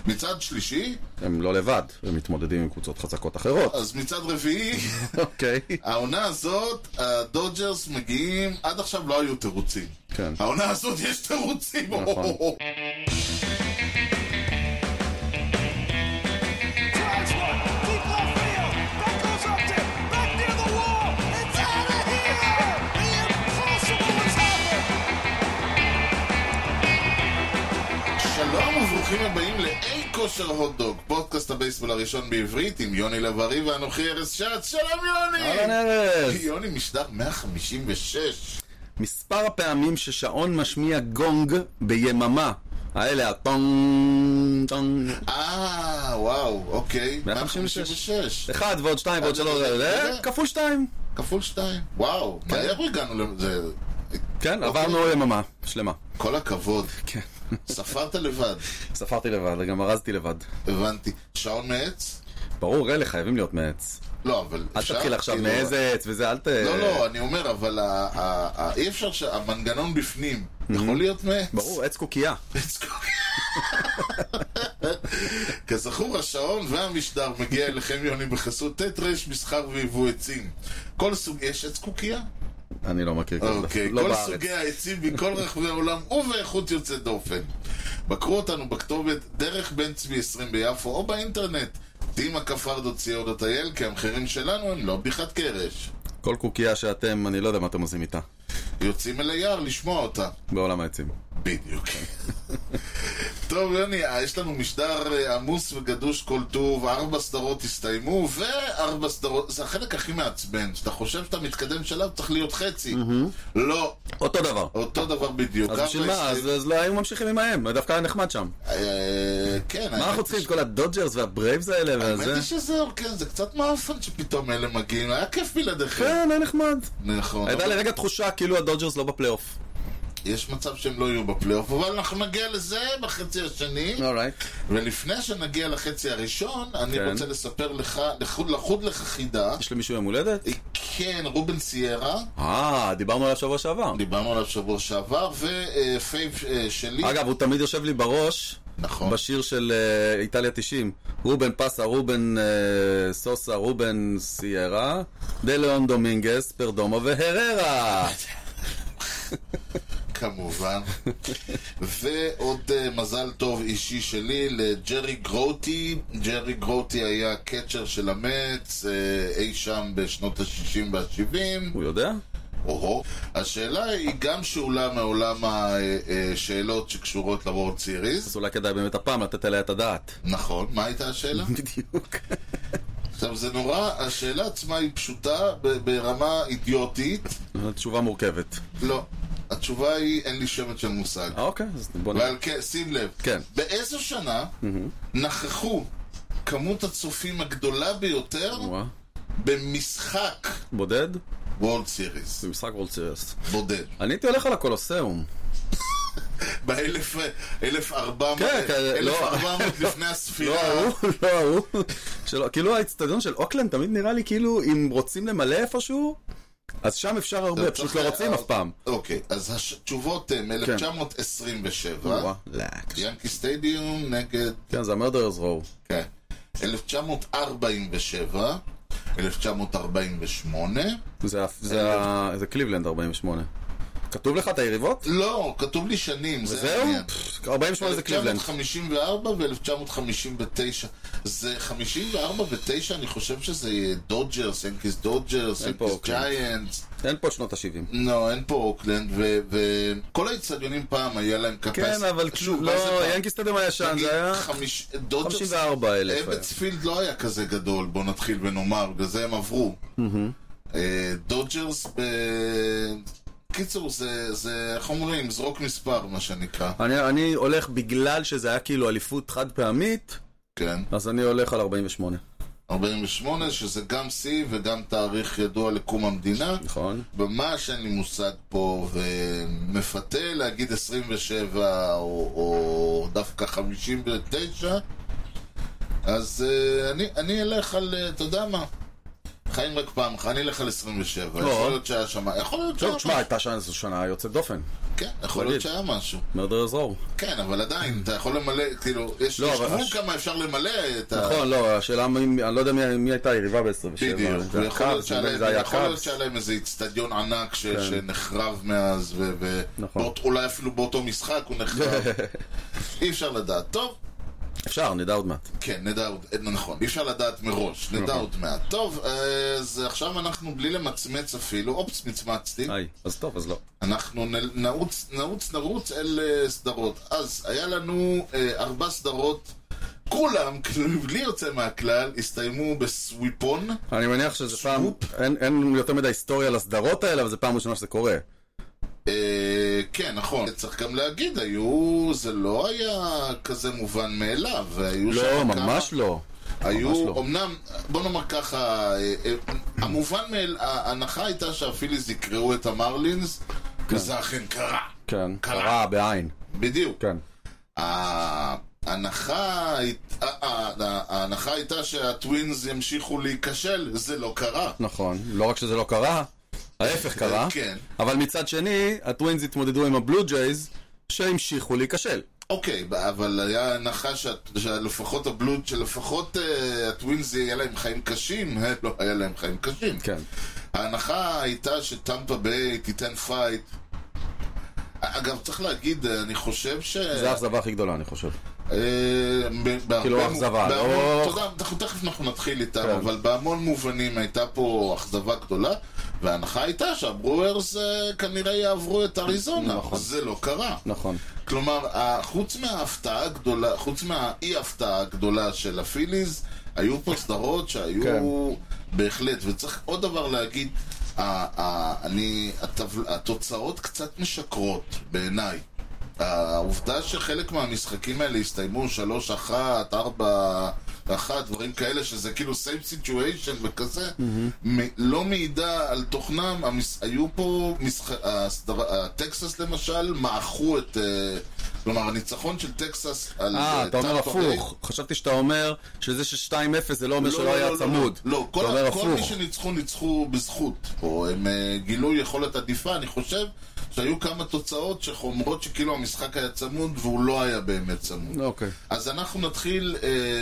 מצד שלישי, הם לא לבד, הם מתמודדים עם קבוצות חזקות אחרות. אז מצד רביעי, אוקיי. העונה הזאת, הדודג'רס מגיעים, עד עכשיו לא היו תירוצים. כן. העונה הזאת יש תירוצים. נכון. שלום וברוכים הבאים לאי כושר הוט-דוג, פודקאסט הבייסבול הראשון בעברית עם יוני לב-ארי ואנוכי ארז שץ. שלום יוני! אהלן ארז! יוני, משדר 156. מספר הפעמים ששעון משמיע גונג ביממה, האלה הטונג טונג. וואו, אוקיי. 156. 1 ועוד 2 ועוד 3, כפול 2. כפול 2. וואו, מהר הגענו לזה. כן, עברנו יממה שלמה. כל הכבוד. כן. ספרת לבד. ספרתי לבד, גם ארזתי לבד. הבנתי. שעון מעץ? ברור, אלה חייבים להיות מעץ. לא, אבל אל תתחיל עכשיו מאיזה עץ וזה, אל ת... לא, אני אומר, אבל אי אפשר שהמנגנון בפנים יכול להיות מעץ. ברור, עץ קוקייה. עץ קוקייה. כזכור, השעון והמשדר מגיע אליכם יוני בחסות טטרש, מסחר ויבוא עצים. כל סוג, יש עץ קוקייה? אני לא מכיר כזה. אוקיי, כל סוגי העצים מכל רחבי העולם ובאיכות יוצאת דופן. בקרו אותנו בכתובת דרך בן צבי 20 ביפו או באינטרנט tima.co.il, כי המחירים שלנו הם לא בדיחת קרש. כל קוקייה שאתם, אני לא יודע מה אתם עושים איתה. יוצאים אל היער לשמוע אותה. בעולם העצים. בדיוק. טוב יוני, יש לנו משדר עמוס וגדוש כל טוב, 4 סדרות הסתיימו, ו4 סדרות, זה החלק הכי מעצבן, שאתה חושב שאתה מתקדם שלב, צריך להיות חצי. לא. אותו דבר. אותו דבר בדיוק. אז בשביל מה? אז לא היו ממשיכים עמהם, דווקא היה נחמד שם. כן. מה אנחנו צריכים את כל הדודג'רס והברייבס האלה? האמת היא שזהו, כן, זה קצת מאופן שפתאום אלה מגיעים, היה כיף בלעדיכם. כן, היה נחמד. נכון. הייתה לרגע תחושה כאילו הדודג'רס לא בפלייאוף. יש מצב שהם לא יהיו בפלייאוף, אבל אנחנו נגיע לזה בחצי השני. ולפני שנגיע לחצי הראשון, אני רוצה לספר לך, לחוד לך חידה. יש למישהו יום הולדת? כן, רובן סיירה. דיברנו עליו שבוע שעבר. ופייב שלי. אגב, הוא תמיד יושב לי בראש. נכון. בשיר של איטליה 90, רובן פסה, רובן סוסה, רובן סיירה, דליאון דומינגס, פרדומו והררה. כמובן. ועוד מזל טוב אישי שלי לג'רי גרוטי. ג'רי גרוטי היה קצ'ר של המץ אי שם בשנות ה-60 וה-70. הוא יודע? השאלה היא גם שאולה מעולם השאלות שקשורות לוורד סיריס. אז אולי כדאי באמת הפעם לתת עליה את הדעת. נכון, מה הייתה השאלה? בדיוק. עכשיו זה נורא, השאלה עצמה היא פשוטה ברמה אידיוטית. תשובה מורכבת. לא, התשובה היא אין לי שמץ של מושג. אוקיי, אז בוא נראה. ועל כן, שים לב, כן. באיזו שנה נכחו כמות הצופים הגדולה ביותר במשחק בודד? וולד סיריס. במשחק וולד סיריס. בודד. אני הייתי הולך על הקולוסיאום. ב-1400 לפני הספירה. לא, כאילו האצטדיון של אוקלנד תמיד נראה לי כאילו אם רוצים למלא איפשהו אז שם אפשר הרבה, פשוט לא רוצים אף פעם. אוקיי, אז התשובות הן 1927 ינקי סטדיום נגד... כן, זה המרדררס רו. כן. 1947 1948 זה קליבלנד 48. כתוב לך את היריבות? לא, כתוב לי שנים. וזהו? 48 זה קליבלנד. 1954 ו-1959. זה 54 ו-9, אני חושב שזה דודג'רס, ינקיס דודג'רס, ינקיס ג'יינטס. אין פה שנות ה-70. לא, אין פה אוקלנד, וכל האצטדיונים פעם היה להם קפס. כן, אבל לא, ינקיס סטדיום הישן, זה היה 54,000. אבטספילד לא היה כזה גדול, בוא נתחיל ונאמר, בגלל זה הם עברו. דודג'רס קיצור, זה, איך אומרים, זרוק מספר, מה שנקרא. אני הולך בגלל שזה היה כאילו אליפות חד פעמית. כן. אז אני הולך על 48. 48, שזה גם שיא וגם תאריך ידוע לקום המדינה. נכון. ממש אין לי מושג פה, ומפתה להגיד 27 או דווקא 59. אז אני אלך על, אתה יודע מה? חיים רק פעם, אני אלך על 27. יכול להיות שהיה שמה, יכול להיות שהיה... תשמע, הייתה שנה יוצאת דופן. כן, יכול להיות שהיה משהו. מרדררס רו. כן, אבל עדיין, אתה יכול למלא, כאילו, יש גבול כמה אפשר למלא את ה... נכון, לא, השאלה, אני לא יודע מי הייתה היריבה ב-27. בדיוק, ויכול להיות שהיה להם איזה אצטדיון ענק שנחרב מאז, ואולי אפילו באותו משחק הוא נחרב. אי אפשר לדעת. טוב. אפשר, נדע עוד מעט. כן, נדע עוד, נכון, אי אפשר לדעת מראש, נדע עוד מעט. טוב, אז עכשיו אנחנו בלי למצמץ אפילו, אופס, מצמצתי. אז טוב, אז לא. אנחנו נרוץ אל סדרות. אז היה לנו 4 סדרות, כולם, בלי יוצא מהכלל, הסתיימו בסוויפון. אני מניח שזה פעם, אין יותר מדי היסטוריה לסדרות האלה, אבל זה פעם ראשונה שזה קורה. כן, נכון. צריך גם להגיד, זה לא היה כזה מובן מאליו. לא, ממש לא. היו, אמנם, בוא נאמר ככה, המובן ההנחה הייתה שהפיליז יקראו את המרלינס, וזה אכן קרה. כן, קרה בעין. בדיוק. כן. ההנחה הייתה שהטווינס ימשיכו להיכשל, זה לא קרה. נכון, לא רק שזה לא קרה, ההפך קרה, אבל מצד שני, הטווינס התמודדו עם הבלו ג'ייז שהמשיכו להיכשל. אוקיי, אבל היה הנחה שלפחות שלפחות הטווינס יהיה להם חיים קשים, לא היה להם חיים קשים. כן. ההנחה הייתה שטמפה ביי תיתן פייט. אגב, צריך להגיד, אני חושב זה האכזבה הכי גדולה, אני חושב. כאילו אכזבה, לא... תכף אנחנו נתחיל איתם, אבל בהמון מובנים הייתה פה אכזבה גדולה, וההנחה הייתה שהברוארס כנראה יעברו את אריזונה. זה לא קרה. נכון. כלומר, חוץ מההפתעה הגדולה, חוץ מהאי הפתעה הגדולה של הפיליז, היו פה סדרות שהיו בהחלט, וצריך עוד דבר להגיד, התוצאות קצת משקרות בעיניי. העובדה שחלק מהמשחקים האלה הסתיימו 3-1, 4-1, דברים כאלה שזה כאילו same situation וכזה, לא מעידה על תוכנם. היו פה טקסס למשל מעכו את, כלומר הניצחון של טקסס על אתה אומר הפוך. חשבתי שאתה אומר שזה ש2-0 זה לא אומר שלא היה צמוד. לא, כל מי שניצחו ניצחו בזכות, או הם גילו יכולת עדיפה. אני חושב שהיו כמה תוצאות שחומרות שכאילו המשחק היה צמוד והוא לא היה באמת צמוד. אוקיי. אז אנחנו נתחיל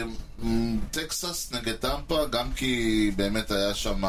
טקסס נגד טמפה, גם כי באמת היה שם,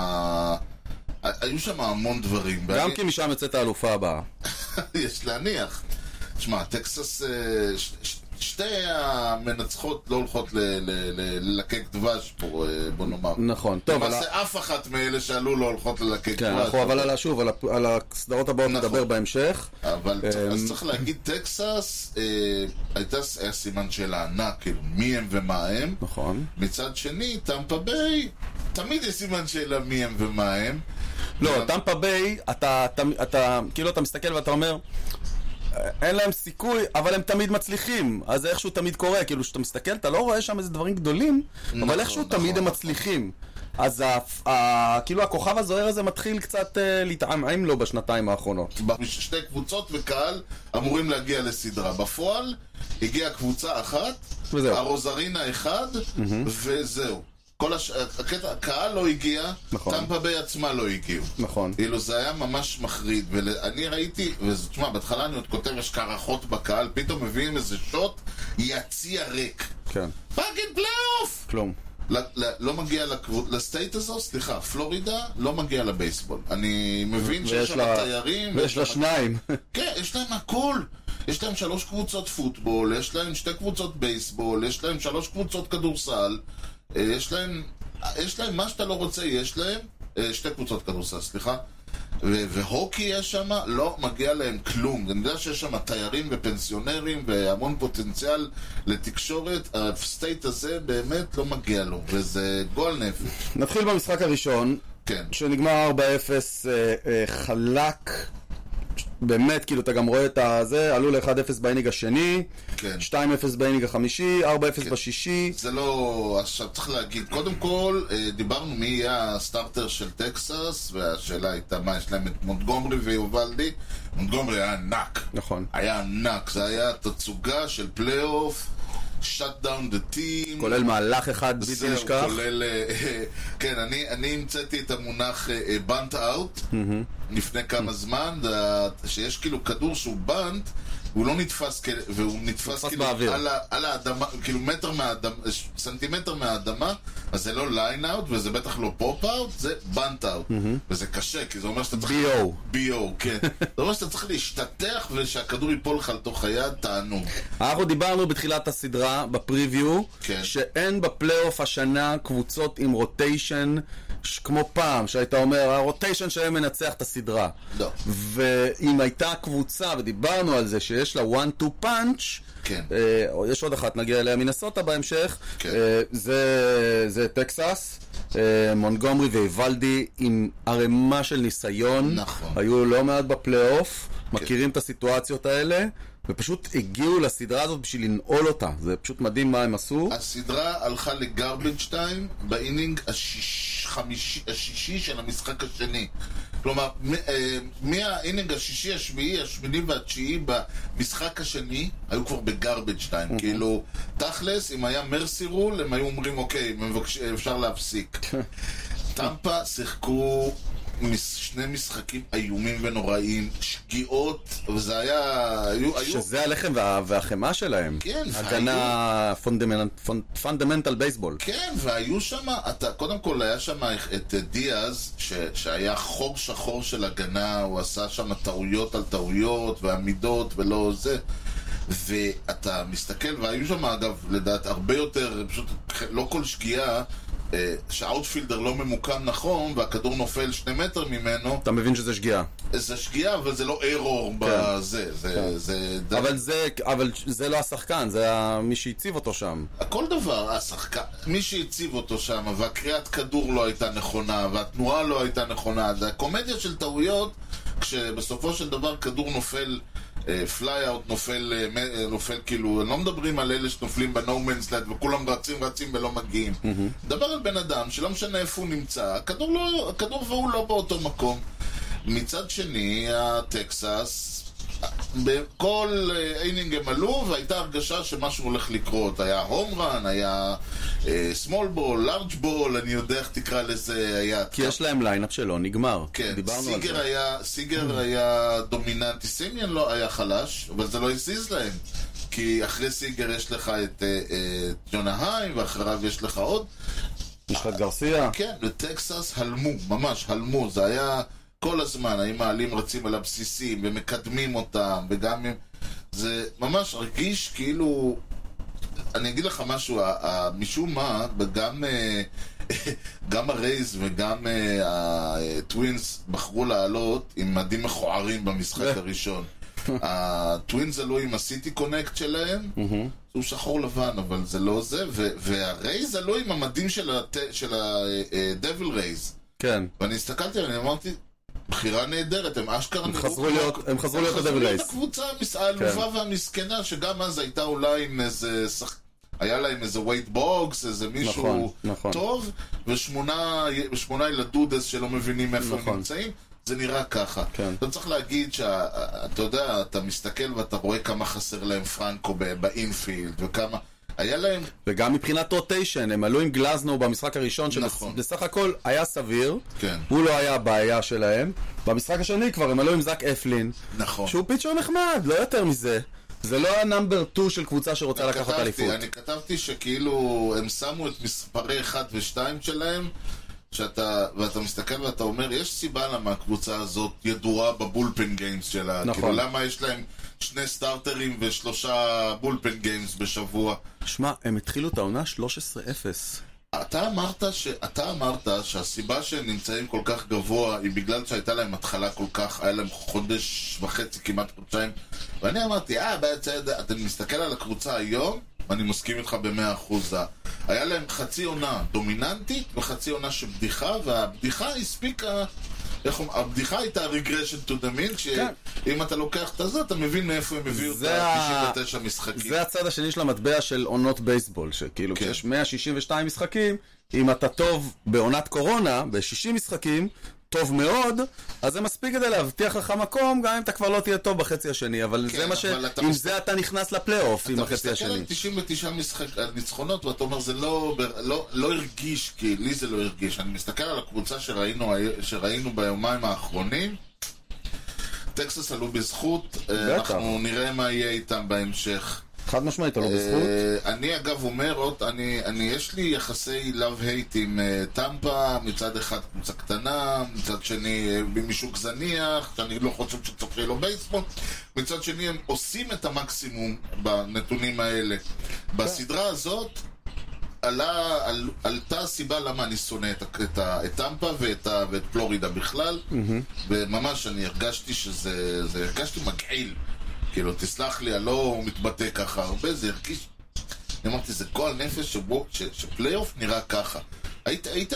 היו שם המון דברים. גם כי משם יוצאת האלופה הבאה. יש להניח. תשמע, טקסס, שתי המנצחות לא הולכות ללקק דבש פה, בוא נאמר. נכון. למעשה אף אחת מאלה שעלו לא הולכות ללקק דבש. כן, אבל שוב, על הסדרות הבאות נדבר בהמשך. אבל אז צריך להגיד, טקסס היה סימן של הענק, כאילו מי הם ומה הם. נכון. מצד שני, טמפה ביי, תמיד יש סימן שאלה מי הם ומה הם. לא, טמפה ביי, כאילו אתה מסתכל ואתה אומר, אין להם סיכוי, אבל הם תמיד מצליחים. אז איכשהו תמיד קורה, כאילו שאתה מסתכל, אתה לא רואה שם איזה דברים גדולים, אבל איכשהו תמיד הם מצליחים. אז כאילו הכוכב הזוהר הזה מתחיל קצת להתעמעם לו בשנתיים האחרונות. שתי קבוצות וקהל אמורים להגיע לסדרה. בפועל הגיעה קבוצה אחת, הרוזרינה אחד, וזהו. הקהל לא הגיע, טמפה ביי עצמה לא הגיעו. נכון. כאילו זה היה ממש מחריד, ואני ראיתי, ותשמע, בהתחלה אני עוד כותב, יש קרחות בקהל, פתאום מביאים איזה שוט, יציע ריק. כן. פאקינג פלייאוף! כלום. לא מגיע לסטייט הזו, סליחה, פלורידה לא מגיע לבייסבול. אני מבין שיש שם תיירים. ויש לה שניים. כן, יש להם הכל. יש להם 3 קבוצות פוטבול, יש להם 2 קבוצות בייסבול, יש להם 3 קבוצות כדורסל, יש להם מה שאתה לא רוצה, יש להם 2 קבוצות כדורסל, סליחה, והוקי יש שם, לא מגיע להם כלום. אני יודע שיש שם תיירים ופנסיונרים והמון פוטנציאל לתקשורת. הסטייט הזה באמת לא מגיע לו, וזה גועל נפש. נתחיל במשחק הראשון, כן, שנגמר 4-0 חלק. באמת, כאילו אתה גם רואה את זה, עלו ל-1-0 באינינג השני, כן. 2-0 באינינג החמישי, 4-0 בשישי. זה לא, עכשיו צריך להגיד, קודם כל, דיברנו מי יהיה הסטארטר של טקסס, והשאלה הייתה מה, יש להם את מונטגומרי ויובלדי. מונטגומרי היה ענק. נכון. היה ענק, זה היה תצוגה של פלייאוף, shut down the team. כולל מהלך אחד בלתי נשכח. כולל, כן, אני המצאתי את המונח בנט אאוט לפני כמה זמן, שיש כאילו כדור שהוא בנט, הוא לא נתפס, והוא נתפס כאילו על האדמה, כאילו סנטימטר מהאדמה, אז זה לא ליין אאוט, וזה בטח לא פופ אאוט, זה בנט אאוט. וזה קשה, כי זה אומר שאתה צריך... B.O. כן. זה אומר שאתה צריך להשתתח ושהכדור ייפול לך לתוך היד, תענוג. אנחנו דיברנו בתחילת הסדרה, בפריוויו, שאין בפלייאוף השנה קבוצות עם רוטיישן כמו פעם, שהיית אומר, הרוטיישן שהם מנצח את הסדרה. לא. ואם הייתה קבוצה, ודיברנו על זה, שיש לה one two punch, כן. יש עוד אחת, נגיע אליה מינסוטה בהמשך, כן. זה טקסס, מונגומרי ואיוולדי עם ערימה של ניסיון, נכון. היו לא מעט בפלייאוף, מכירים את הסיטואציות האלה, ופשוט הגיעו לסדרה הזאת בשביל לנעול אותה. זה פשוט מדהים מה הם עשו. הסדרה הלכה לגרבג' טיים באינינג השישי של המשחק השני. כלומר, מהאינינג השישי, השביעי, השמיני והתשיעי במשחק השני היו כבר בגרבג' טיים. כאילו, תכלס, אם היה מרסי רול, הם היו אומרים, אוקיי, אפשר להפסיק. טמפה שיחקו שני משחקים איומים ונוראים, שגיאות, וזה היה... שזה הלחם והחמה שלהם. כן, הגנה פונדמנטל בייסבול. כן, והיו שם, קודם כל היה שם את דיאז, שהיה חור שחור של הגנה, הוא עשה שם טעויות על טעויות, ועמידות ולא זה. ואתה מסתכל, והיו שם אגב, לדעת, הרבה יותר, פשוט לא כל שגיאה, שהאוטפילדר לא ממוקם נכון והכדור נופל 2 מטר ממנו, אתה מבין שזה שגיאה. זה שגיאה, אבל זה לא ארור בזה. אבל זה לא השחקן, זה מי שהציב אותו שם. כל דבר, השחקן, מי שהציב אותו שם, והקריאת כדור לא הייתה נכונה, והתנועה לא הייתה נכונה, זה הקומדיה של טעויות, כשבסופו של דבר כדור נופל, פליי-אוט נופל כאילו, לא מדברים על אלה שנופלים בנו-מנס לד וכולם רצים ולא מגיעים. דבר על בן אדם שלא משנה איפה הוא נמצא, הכדור והוא לא באותו מקום. מצד שני, הטקסס, בכל אינינג הם עלו והייתה הרגשה שמשהו הולך לקרות. היה הום רן, היה סמול בול, לארג' בול, אני יודע איך תקרא לזה. כי יש להם ליינאפ שלא נגמר. כן, סיגר היה דומיננטי, סימיאן לא היה חלש, אבל זה לא הזיז להם. כי אחרי סיגר יש לך את ג'ונה היי, ואחריו יש לך עוד. יש לך גרסיה. כן, וטקסס הלמו, ממש הלמו, זה היה... כל הזמן, האם העלים רצים על הבסיסים ומקדמים אותם, וגם זה ממש רגיש כאילו, אני אגיד לך משהו, משום מה, גם הרייז וגם הטווינס בחרו לעלות עם מדים מכוערים במשחק הראשון. הטווינס עלו עם הסיטי קונקט שלהם, הוא שחור לבן, אבל זה לא זה, והרייז עלו עם המדים של הדביל רייז. כן. ואני הסתכלתי עליהם, אמרתי, בחירה נהדרת, הם אשכרה... הם חזרו להיות הדביל רייס. הקבוצה העלובה והמסכנה, שגם אז הייתה אולי עם איזה... היה להם איזה ווייט בוקס, איזה מישהו טוב, ושמונה ילדודס שלא מבינים איפה הם נמצאים. זה נראה ככה. אתה צריך להגיד שאתה יודע, אתה מסתכל ואתה רואה כמה חסר להם פרנקו באינפילד, וכמה... היה להם... וגם מבחינת רוטיישן, הם עלו עם גלזנו במשחק הראשון, שבסך הכל היה סביר, הוא לא היה הבעיה שלהם. במשחק השני כבר הם עלו עם זק אפלין, שהוא פיצ'ר נחמד, לא יותר מזה. זה לא הנאמבר 2 של קבוצה שרוצה לקחת אליפות. אני כתבתי שכאילו הם שמו את מספרי 1 ו-2 שלהם, ואתה מסתכל ואתה אומר, יש סיבה למה הקבוצה הזאת ידועה בבולפן גיימס שלה. כאילו למה יש להם 2 סטארטרים ו3 בולפן גיימס בשבוע. שמע, הם התחילו את העונה 13-0. אתה אמרת שהסיבה שהם נמצאים כל כך גבוה היא בגלל שהייתה להם התחלה כל כך, היה להם חודש וחצי, כמעט חודשיים, ואני אמרתי, בעצם אתה מסתכל על הקבוצה היום, אני מסכים איתך ב100%. היה להם חצי עונה דומיננטית וחצי עונה של בדיחה, והבדיחה הספיקה, הבדיחה הייתה regression to the mean, שאם אתה לוקח את זה, אתה מבין מאיפה הם הביאו את ה-99 משחקים. זה הצד השני של המטבע של עונות בייסבול, שכאילו כשיש 162 משחקים, אם אתה טוב בעונת קורונה, ב-60 משחקים, טוב מאוד, אז זה מספיק כדי להבטיח לך מקום, גם אם אתה כבר לא תהיה טוב בחצי השני, אבל כן, זה מה אבל עם זה אתה נכנס לפלייאוף עם החצי אתה השני. מסתכל על 99 ניצחונות, ואתה אומר, זה לא הרגיש, כי לי זה לא הרגיש. אני מסתכל על הקבוצה שראינו ביומיים האחרונים, טקסס עלו בזכות, אנחנו נראה מה יהיה איתם בהמשך. חד משמעית, לא בזכות. אני אגב אומר, יש לי יחסי love-hate עם טמפה, מצד אחד קבוצה קטנה, מצד שני משוק זניח, שאני לא חושב שצריך לו בייסבול, מצד שני הם עושים את המקסימום בנתונים האלה. בסדרה הזאת עלתה הסיבה למה אני שונא את טמפה ואת פלורידה בכלל, וממש אני הרגשתי הרגשתי מגעיל. כאילו, תסלח לי, אני לא מתבטא ככה הרבה, זה הרגיש... אני אמרתי, זה גועל נפש שפלייאוף נראה ככה. הייתם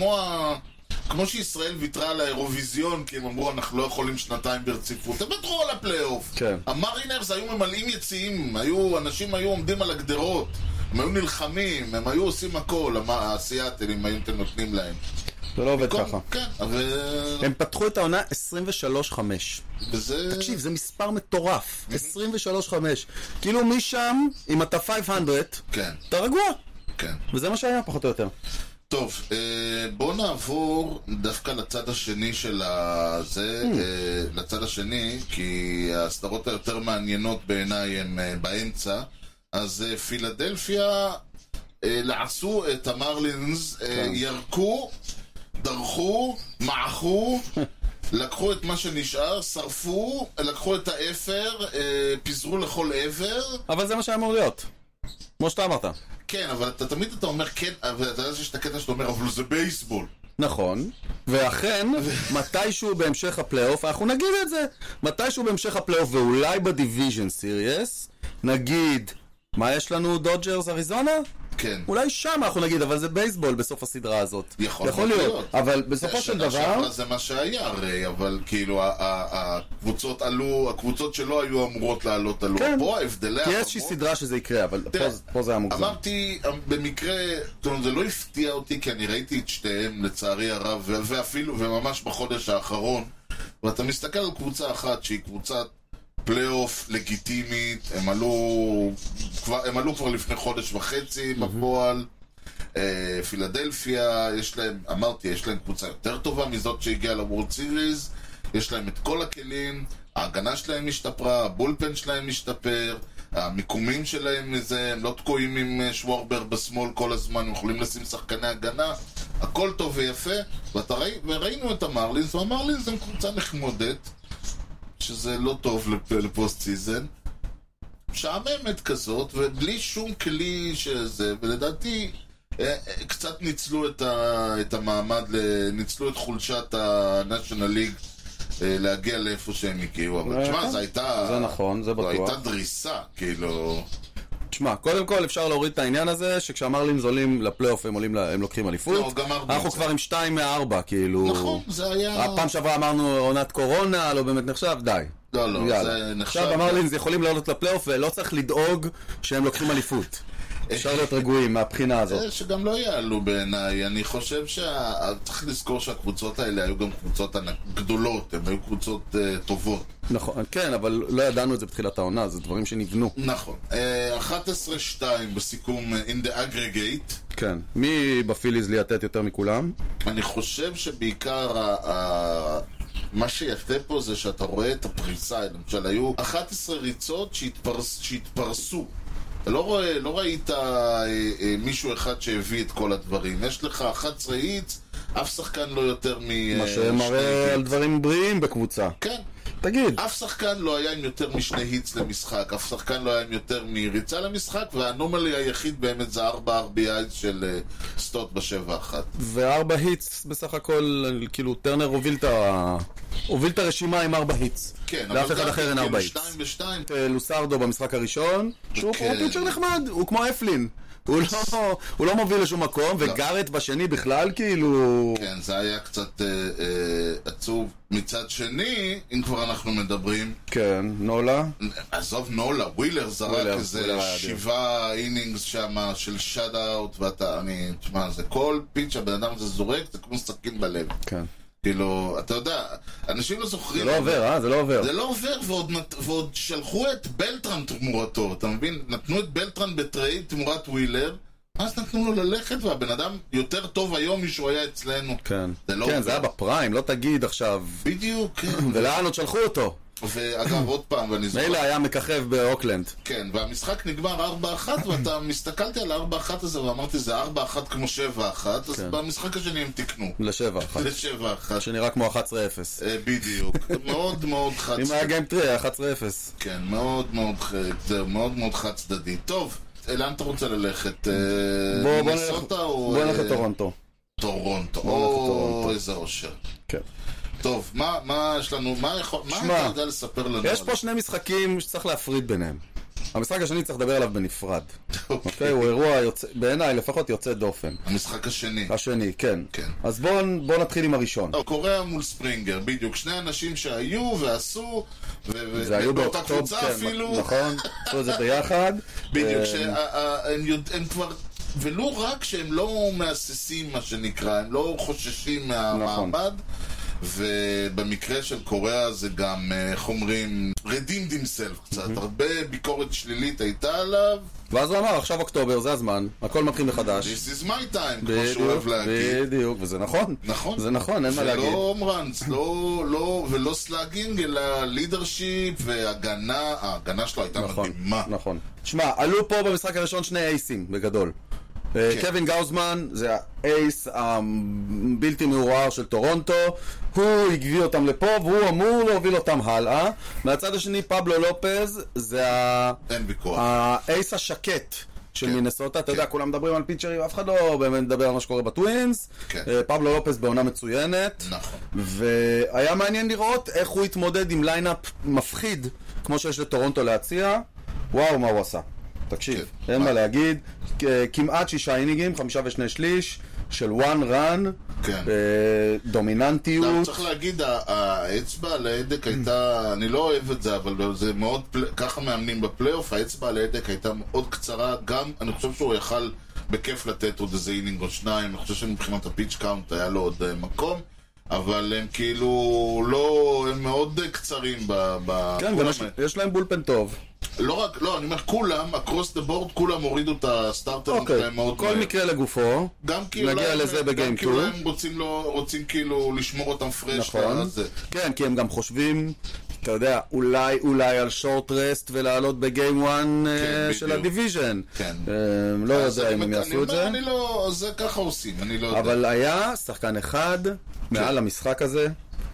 כמו שישראל ויתרה על האירוויזיון, כי הם אמרו, אנחנו לא יכולים שנתיים ברציפות. הם ויתרו על הפלייאוף. כן. המרינרס היו ממלאים יציאים, אנשים היו עומדים על הגדרות, הם היו נלחמים, הם היו עושים הכל, הסיאטלים, אם אתם נותנים להם. זה לא עובד ככה. כן, אבל... הם פתחו את העונה 23-5. וזה... תקשיב, זה מספר מטורף. 23-5. כאילו משם, אם אתה 500, כן. אתה רגוע. כן. וזה מה שהיה, פחות או יותר. טוב, בוא נעבור דווקא לצד השני של זה, לצד השני, כי הסדרות היותר מעניינות בעיניי הן באמצע. אז פילדלפיה לעשו את המרלינס, ירקו, דרכו, מעכו, לקחו את מה שנשאר, שרפו, לקחו את האפר, פיזרו לכל עבר. אבל זה מה שאמור להיות, כמו שאתה אמרת. כן, אבל תמיד אתה אומר כן, אבל אתה יודע שיש את הקטע שאתה אומר, אבל זה בייסבול. נכון, ואכן, מתישהו בהמשך הפלייאוף, אנחנו נגיד את זה, מתישהו בהמשך הפלייאוף, ואולי בדיוויז'ן סיריוס, נגיד, מה יש לנו, דודג'רס, אריזונה? כן. אולי שם אנחנו נגיד, אבל זה בייסבול בסוף הסדרה הזאת. יכול להיות. אבל בסופו של דבר... זה מה שהיה הרי, אבל כאילו הקבוצות שלא היו אמורות לעלות עלו. כן. פה ההבדלי... כי יש איזושהי סדרה שזה יקרה, אבל פה זה היה מוגזם. אמרתי, במקרה, זה לא הפתיע אותי, כי אני ראיתי את שתיהם לצערי הרב, ואפילו, וממש בחודש האחרון, ואתה מסתכל על קבוצה אחת שהיא קבוצת פלייאוף לגיטימית, הם עלו כבר לפני חודש וחצי בפועל. פילדלפיה, יש להם קבוצה יותר טובה מזאת שהגיעה לוורד סיריז, יש להם את כל הכלים, ההגנה שלהם השתפרה, הבולפן שלהם השתפר, המיקומים שלהם מזה, הם לא תקועים עם שוורבר בשמאל כל הזמן, הם יכולים לשים שחקני הגנה, הכל טוב ויפה. וראינו את המרלינס, והמרלינס הם קבוצה נחמודת, שזה לא טוב לפוסט סיזן, משעממת כזאת, ובלי שום כלי שזה, ולדעתי קצת ניצלו את המעמד, ניצלו את חולשת ה-National League להגיע לאיפה שהם הגיעו, אבל תשמע, זה הייתה... זה נכון, זה בטוח. זו הייתה דריסה, כאילו... תשמע, קודם כל אפשר להוריד את העניין הזה, שכשהמרלינס עולים לפלייאוף הם לוקחים אליפות. אנחנו כבר עם 2 מ-4, כאילו... נכון, זה היה... הפעם שעברה אמרנו עונת קורונה, לא באמת נחשב, די. לא, זה נחשב... עכשיו המרלינס יכולים לעלות לפלייאוף ולא צריך לדאוג שהם לוקחים אליפות. אפשר להיות רגועים מהבחינה הזאת. שגם לא יעלו בעיניי. אני חושב צריך לזכור שהקבוצות האלה היו גם קבוצות גדולות, הן היו קבוצות טובות. נכון, כן, אבל לא ידענו את זה בתחילת העונה, זה דברים שנבנו. נכון. 11-2 בסיכום in the aggregate. כן. מי בפיליז ליתת יותר מכולם? אני חושב שבעיקר מה שיפה פה זה שאתה רואה את הפריסה. למשל, היו 11 ריצות שהתפרסו. אתה לא ראית מישהו אחד שהביא את כל הדברים. יש לך 11 היטס, אף שחקן לא יותר מה שמראה על דברים בריאים בקבוצה. כן. תגיד. אף שחקן לא היה עם יותר משני היטס למשחק, אף שחקן לא היה עם יותר מריצה למשחק, והאנומלי היחיד באמת זה 4 RBI של סטוט ב7-1. ו4 היטס בסך הכל, כאילו טרנר הוביל את הרשימה עם 4 היטס. כן, לאף אחד אחר אין 4 היטס. 2 ו2. לוסרדו במשחק הראשון, שהוא פיצ'ר נחמד, הוא כמו אפלין. הוא לא מוביל לשום מקום, וגארט בשני בכלל כאילו... כן, זה היה קצת עצוב. מצד שני, אם כבר אנחנו מדברים... כן, נולה. עזוב נולה, ווילר זרק איזה 7 אינינגס שם של שאט-אוט, תשמע, זה כל פיץ' הבן אדם הזה זורק, זה כמו סכין בלב. כן. כאילו, אתה יודע, אנשים לא זוכרים... זה לא עובר, זה לא עובר. זה לא עובר, ועוד שלחו את בלטרן תמורתו, אתה מבין? נתנו את בלטרן בטרייד תמורת ווילר, אז נתנו לו ללכת, והבן אדם יותר טוב היום משהוא היה אצלנו. כן, לא כן, זה היה בפריים, לא תגיד עכשיו. בדיוק, כן. ולאן עוד שלחו אותו? ואגב, עוד פעם, ואני זוכר... מילא היה מככב באוקלנד. כן, והמשחק נגמר 4-1, ואתה מסתכלתי על 4-1 הזה, ואמרתי, זה 4-1 כמו 7-1, אז במשחק השני הם תיקנו. ל-7-1. ל-7-1. שנראה כמו 11-0. בדיוק. מאוד מאוד חד צדדי. אם היה גיים 3, היה 11-0. כן, מאוד מאוד חד צדדי. טוב, לאן אתה רוצה ללכת? בוא נלך לטורונטו. טורונטו, איזה אושר. כן. טוב, מה יש לנו, מה אתה יודע לספר לנו? יש פה שני משחקים שצריך להפריד ביניהם. המשחק השני צריך לדבר עליו בנפרד. אוקיי, הוא אירוע בעיניי לפחות יוצא דופן. המשחק השני. השני, כן. אז בוא נתחיל עם הראשון. קוריאה מול ספרינגר, בדיוק. שני אנשים שהיו ועשו, ובאותה קבוצה אפילו. נכון, עשו את זה ביחד. בדיוק, שהם כבר... ולא רק שהם לא מהססים, מה שנקרא, הם לא חוששים מהמעמד, ובמקרה של קוריאה זה גם, איך אומרים, redeemed himself קצת, הרבה ביקורת שלילית הייתה עליו. ואז הוא אמר, עכשיו אוקטובר, זה הזמן, הכל מתחיל מחדש. This is my time, כמו שהוא אוהב להגיד. בדיוק, וזה נכון. נכון. זה נכון, אין מה להגיד. ולא אומרנס, ולא סלאגינג, אלא לידרשיפ והגנה, ההגנה שלו הייתה מדהימה. נכון. תשמע, עלו פה במשחק הראשון שני אייסים, בגדול. קווין גאוזמן זה האייס הבלתי מעורער של טורונטו, הוא הגביא אותם לפה והוא אמור להוביל אותם הלאה. מהצד השני פבלו לופז זה האייס השקט של מינסוטה. אתה יודע, כולם מדברים על פיצ'רים, אף אחד לא באמת מדבר על מה שקורה בטווינס. פבלו לופז בעונה מצוינת, והיה מעניין לראות איך הוא התמודד עם ליינאפ מפחיד כמו שיש לטורונטו להציע. וואו, מה הוא עשה. תקשיב, אין מה להגיד, כמעט 6 אינינגים, 5 ו2/3 של one run, דומיננטיות. צריך להגיד, האצבע על ההדק הייתה, אני לא אוהב את זה, אבל זה מאוד, ככה מאמנים בפלייאוף, האצבע על ההדק הייתה מאוד קצרה, גם, אני חושב שהוא יכל בכיף לתת עוד איזה אינינג או שניים, אני חושב שמבחינת הפיץ' קאונט היה לו עוד מקום, אבל הם כאילו לא, הם מאוד קצרים כן, יש להם בולפן טוב. לא רק, לא, אני אומר, כולם, across the board, כולם הורידו את הסטארטרים שלהם מאוד כל מקרה לגופו, נגיע לזה בגיים 2. גם כאילו הם רוצים כאילו לשמור אותם פרש. נכון, כן, כי הם גם חושבים, אתה יודע, אולי על שורט רסט ולעלות בגיים 1 של הדיוויז'ן. כן. לא יודע אם הם יעשו את זה. אני לא, זה ככה עושים, אני לא יודע. אבל היה שחקן אחד מעל המשחק הזה,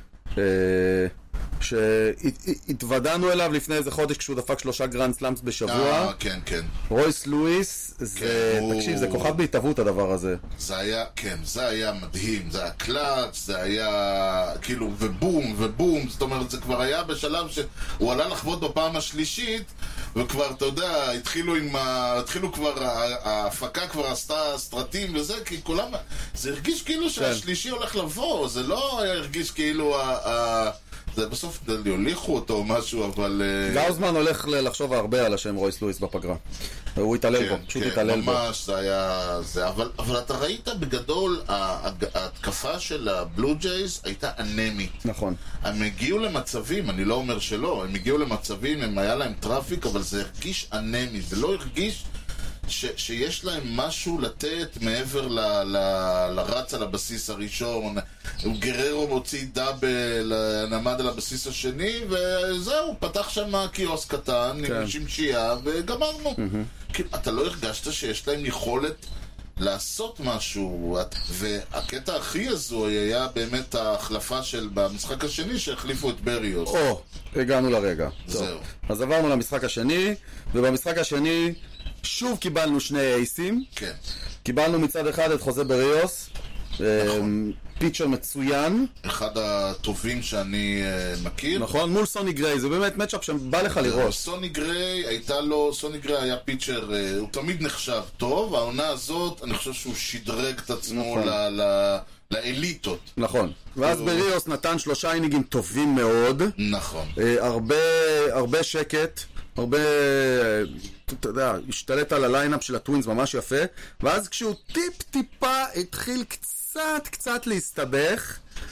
שהתוודענו אליו לפני איזה חודש כשהוא דפק 3 גרנד סלאמס בשבוע. כן, כן. רויס לואיס, תקשיב, זה כוכב בהתאבות הדבר הזה. זה היה, כן, זה היה מדהים, זה היה קלאץ', זה היה כאילו ובום, זאת אומרת, זה כבר היה בשלב שהוא עלה לחוות בפעם השלישית, וכבר, אתה יודע, התחילו כבר, ההפקה כבר עשתה סרטים וזה, כי כולם, זה הרגיש כאילו שהשלישי הולך לבוא, זה לא הרגיש כאילו זה בסוף יוליכו אותו או משהו, אבל... גאוזמן הולך לחשוב הרבה על השם רויס לואיס בפגרה. הוא התעלל בו, פשוט התעלל בו. כן, ממש, זה היה... אבל אתה ראית בגדול, ההתקפה של הבלו ג'ייז הייתה אנמית. נכון. הם הגיעו למצבים, אני לא אומר שלא, הם הגיעו למצבים, הם היה להם טראפיק, אבל זה הרגיש אנמי, זה לא הרגיש... שיש להם משהו לתת מעבר לרץ על הבסיס הראשון. גררו מוציא דאבל, נעמד על הבסיס השני, וזהו, פתח שם קיוסק קטן עם שמשייה וגמרנו. אתה לא הרגשת שיש להם יכולת לעשות משהו, והקטע הכי הזוי היה באמת ההחלפה של במשחק השני שהחליפו את בריוס. הגענו לרגע. זהו. אז עברנו למשחק השני, ובמשחק השני שוב קיבלנו שני אייסים. כן. קיבלנו מצד אחד את חוזה בריוס, נכון. פיצ'ר מצוין, אחד הטובים שאני מכיר. נכון, מול סוני גריי, זה באמת מצ'אפ שבא לך לראות. סוני גריי היה פיצ'ר, הוא תמיד נחשב טוב, העונה הזאת אני חושב שהוא שדרג את עצמו לאליטות. נכון, ואז בריוס נתן 3 אינינגים טובים מאוד. נכון. הרבה שקט, הרבה, אתה יודע, השתלט על הליינאפ של הטווינס ממש יפה, ואז כשהוא טיפה התחיל קצת להסתבך,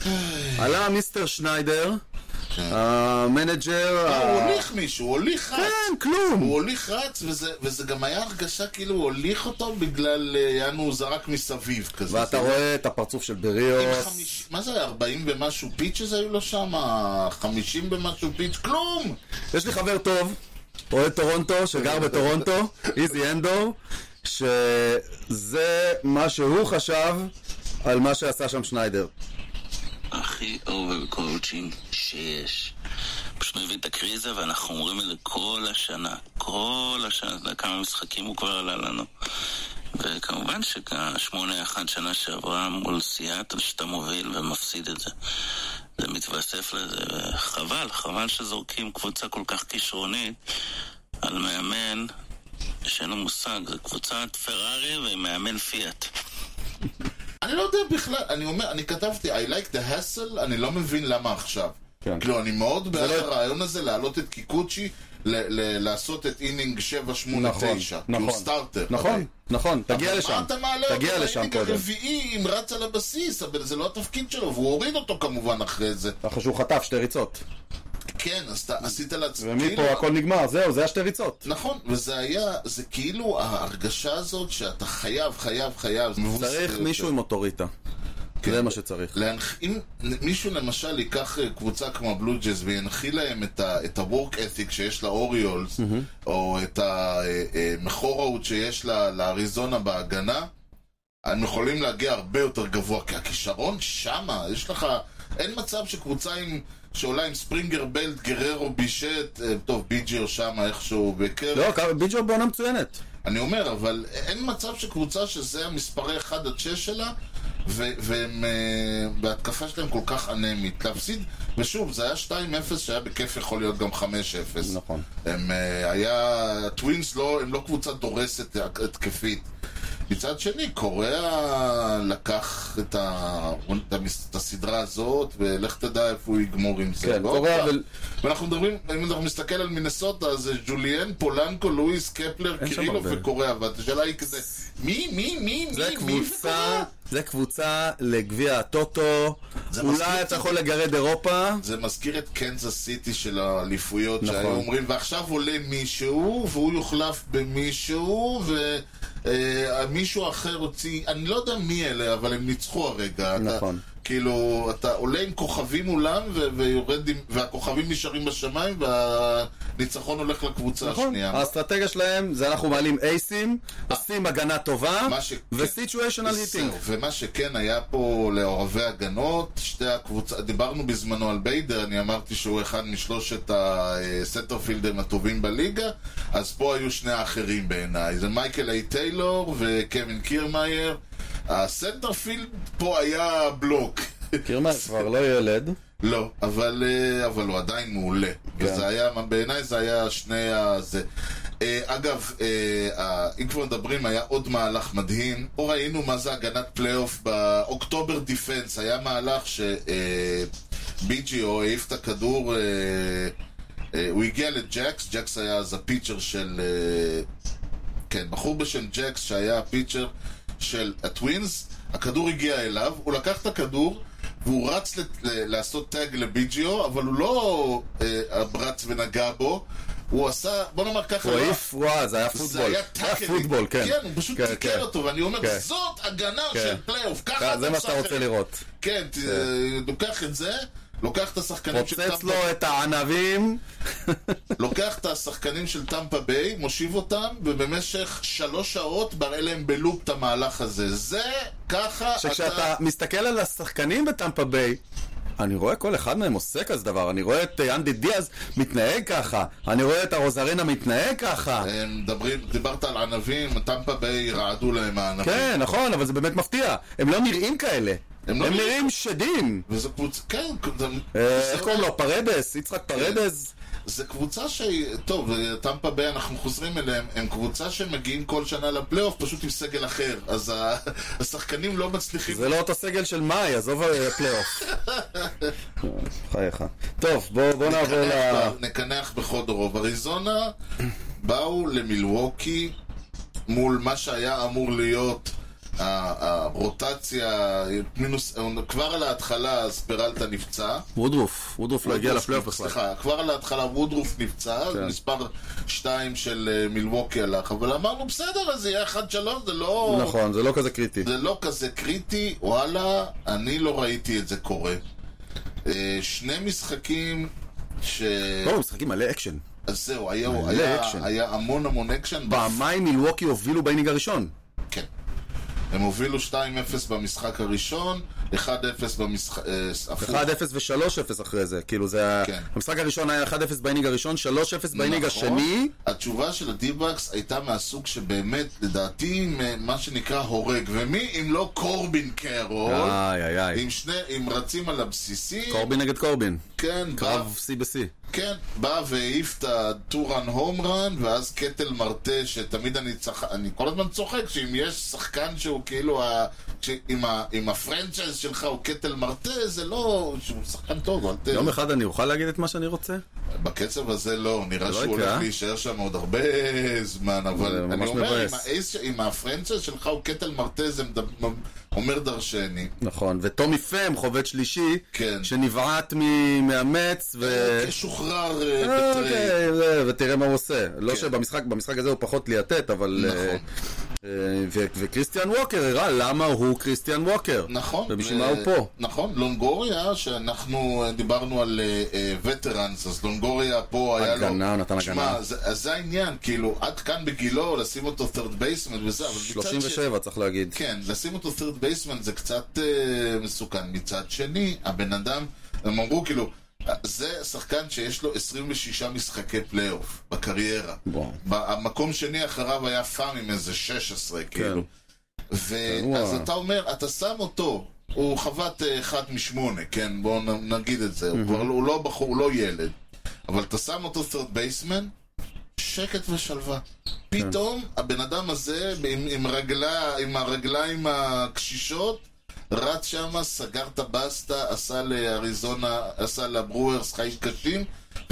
עלה מיסטר שניידר, המנג'ר... הוא הוליך מישהו, הוא הוליך רץ. כן, כלום. הוא הוליך רץ, וזה גם היה הרגשה כאילו הוא הוליך אותו בגלל יענו הוא זרק מסביב כזה. ואתה רואה את הפרצוף של בריאוס. מה זה היה? 40 ומשהו פיצ'ס היו לו שם? 50 ומשהו פיץ'? כלום! יש לי חבר טוב, אוהד טורונטו, שגר בטורונטו, איזי אנדור, שזה מה שהוא חשב על מה שעשה שם שניידר. הכי אובר קואוצ'ינג שיש. פשוט מביא את הקריזה ואנחנו אומרים את זה כל השנה. כל השנה, כמה משחקים הוא כבר עלה לנו. וכמובן ש8-1 שנה שעברה מול סיאטל שאתה מוביל ומפסיד את זה. זה מתווסף לזה, חבל שזורקים קבוצה כל כך כישרונית על מאמן שאין לו מושג, זה קבוצת פרארי ומאמן פיאט. אני לא יודע בכלל, אני כתבתי I like the hassle, אני לא מבין למה עכשיו. כן. כאילו, אני מאוד בעד הרעיון הזה להעלות את קיקוצ'י, לעשות את אינינג 7-8-9. נכון, סטארטר. נכון, תגיע לשם. אבל מה אתה מעלה אותו לאינינג קודם. הרביעי אם רץ על הבסיס, אבל זה לא התפקיד שלו, והוא הוריד אותו כמובן אחרי זה. אחרי שהוא חטף 2 ריצות. כן, אז אתה עשית לעצמך. ומפה הכל נגמר, זהו, זה 2 ריצות. נכון, וזה היה, זה כאילו ההרגשה הזאת שאתה חייב. צריך מישהו עם אוטוריטה. זה מה שצריך. אם מישהו למשל ייקח קבוצה כמו הבלו ג'ייז וינחיל להם את ה-work ethic שיש לאוריולס, או את המחוראות שיש לאריזונה בהגנה, הם יכולים להגיע הרבה יותר גבוה, כי הכישרון שמה, יש לך, אין מצב שקבוצה שעולה עם ספרינגר, בלט, גררו, בישט, טוב, ביג'יו שמה איכשהו בקר. לא, ביג'יו בעונה מצוינת. אני אומר, אבל אין מצב שקבוצה שזה המספרי 1-6 שלה, והם בהתקפה שלהם כל כך אנמית להפסיד, ושוב, זה היה 2-0 שהיה בכיף יכול להיות גם 5-0. נכון. טווינס הם לא קבוצה דורסת התקפית. מצד שני, קוריאה לקח את הסדרה הזאת, ולך תדע איפה הוא יגמור עם זה. כן, קוריאה ואנחנו מדברים, אם אנחנו מסתכל על מינסוטה, אז ג'וליאן, פולנקו, לואיס, קפלר, קירילוב וקוריאה, והשאלה היא כזה, מי? זה קבוצה לגביע הטוטו, אולי אתה יכול לגרד אירופה. זה מזכיר את קנזס סיטי של האליפויות שהיו אומרים, ועכשיו עולה מישהו, והוא יוחלף במישהו, מישהו אחר הוציא, אני לא יודע מי אלה, אבל הם ניצחו הרגע. נכון. כאילו, אתה עולה עם כוכבים מולם, והכוכבים נשארים בשמיים, והניצחון הולך לקבוצה השנייה. האסטרטגיה שלהם זה אנחנו מעלים אייסים, עושים הגנה טובה, וסיטואשנל היטינג. ומה שכן היה פה לאוהבי הגנות, שתי הקבוצות, דיברנו בזמנו על ביידר, אני אמרתי שהוא אחד משלושת הסנטרפילדים הטובים בליגה, אז פה היו שני האחרים בעיניי, זה מייקל איי טיילור וקווין קירמאייר. הסנטרפילד פה היה בלוק. קירמאייר כבר לא ילד. לא, אבל הוא עדיין מעולה. וזה היה, בעיניי זה היה שני הזה. אגב, אם כבר מדברים, היה עוד מהלך מדהים. פה ראינו מה זה הגנת פלייאוף באוקטובר דיפנס. היה מהלך שביג'יו העיף את הכדור, הוא הגיע לג'קס, ג'קס היה אז הפיצ'ר של, כן, בחור בשם ג'קס שהיה הפיצ'ר של הטווינס, הכדור הגיע אליו, הוא לקח את הכדור והוא רץ לעשות טאג לביג'יו, אבל הוא לא רץ ונגע בו, הוא עשה, בוא נאמר ככה, הוא העיף, זה היה פוטבול. זה היה פוטבול, כן. כן, הוא פשוט תיקר אותו, ואני אומר, זאת הגנה של פלייאוף, ככה זה מה שאתה רוצה לראות. כן, לוקח את זה, לוקח את השחקנים של פוצץ לו את הענבים, לוקח את השחקנים של טמפה ביי, מושיב אותם, ובמשך 3 שעות בראה להם בלופ את המהלך הזה. זה ככה שכשאתה מסתכל על השחקנים בטמפה ביי, אני רואה כל אחד מהם עושה כזה דבר. אני רואה את אנדי דיאז מתנהג ככה, אני רואה את הרוזרינה מתנהג ככה. דיברת על ענבים, טמפה ביי רעדו להם הענבים. כן, נכון, אבל זה באמת מפתיע. הם לא נראים כאלה. הם נראים שדים. וזה קבוצה, כן. איך קוראים לו? פרדס? יצחק פרדס? זה קבוצה טוב, טמפה ביי אנחנו חוזרים אליהם, הם קבוצה שמגיעים כל שנה לפלייאוף פשוט עם סגל אחר, אז השחקנים לא מצליחים. זה לא אותו סגל של מאי, עזוב הפלייאוף. חייך. טוב, בוא נעבור נקנח בחודרוב. אריזונה באו למילווקי מול מה שהיה אמור להיות הרוטציה, מינוס, כבר על ההתחלה אז פרלטה נפצע. וודרוף לא הגיע לפלייאוף בכלל. סליחה, כבר על ההתחלה וודרוף נפצע, מספר 2 של מילווקי הלך, אבל אמרנו בסדר, אז יהיה 1-3, זה לא... נכון, זה לא כזה קריטי. זה לא כזה קריטי, וואלה, אני לא ראיתי את זה קורה. 2 משחקים לא, משחקים מלא אקשן. אז זהו, היה המון אקשן. פעמיים מילווקי הובילו באינינג הראשון. כן. הם הובילו 2-0 במשחק הראשון, 1-0 במשחק... 1-0 ו-3-0 אחרי זה, כאילו זה... כן. המשחק הראשון היה 1-0 באינינג הראשון, 3-0 באינינג השני. התשובה של הדיבקס הייתה מהסוג שבאמת, לדעתי, מה שנקרא הורג. ומי אם לא קורבין קרול, עם רצים על הבסיסי. קורבין נגד קורבין. כן. קרב C ב-C. כן, בא והעיף את הטורן הומרן, ואז קטל מרטה, שתמיד אני כל הזמן צוחק, שאם יש שחקן שהוא כאילו, אם הפרנצ'ייז שלך הוא קטל מרטה, זה לא, שהוא שחקן טוב, אל תהיה. יום אחד אני אוכל להגיד את מה שאני רוצה? בקצב הזה לא, נראה שהוא הולך להישאר שם עוד הרבה זמן, אבל אני אומר, אם הפרנצ'ייז שלך הוא קטל מרטה, זה אומר דרשני. נכון, וטומי פם, חובט שלישי, שנבעט מאמץ כשוחרר בטרייד. ותראה מה הוא עושה. לא שבמשחק הזה הוא פחות ליאטט, אבל... וקריסטיאן ווקר הראה למה הוא קריסטיאן ווקר. נכון. ובשביל מה הוא פה. נכון, לונגוריה, שאנחנו דיברנו על וטרנס, אז לונגוריה פה היה לו... הגנה, נתן הגנה. אז זה העניין, כאילו, עד כאן בגילו, לשים אותו third baseman וזה, אבל 37 צריך להגיד. כן, לשים אותו third baseman זה קצת מסוכן. מצד שני, הבן אדם, הם אמרו כאילו, זה שחקן שיש לו 26 משחקי פלייאוף בקריירה. המקום שני אחריו היה פעם עם איזה 16, כאילו. ואז אתה אומר, אתה שם אותו, הוא חוות 1 מ-8, כן, בואו נגיד את זה. הוא לא בחור, הוא לא ילד. אבל אתה שם אותו third baseman, שקט ושלווה. פתאום הבן אדם הזה, עם הרגליים הקשישות, רץ שמה, סגר את הבאסטה, עשה לאריזונה, עשה לברוורס חיים קשים,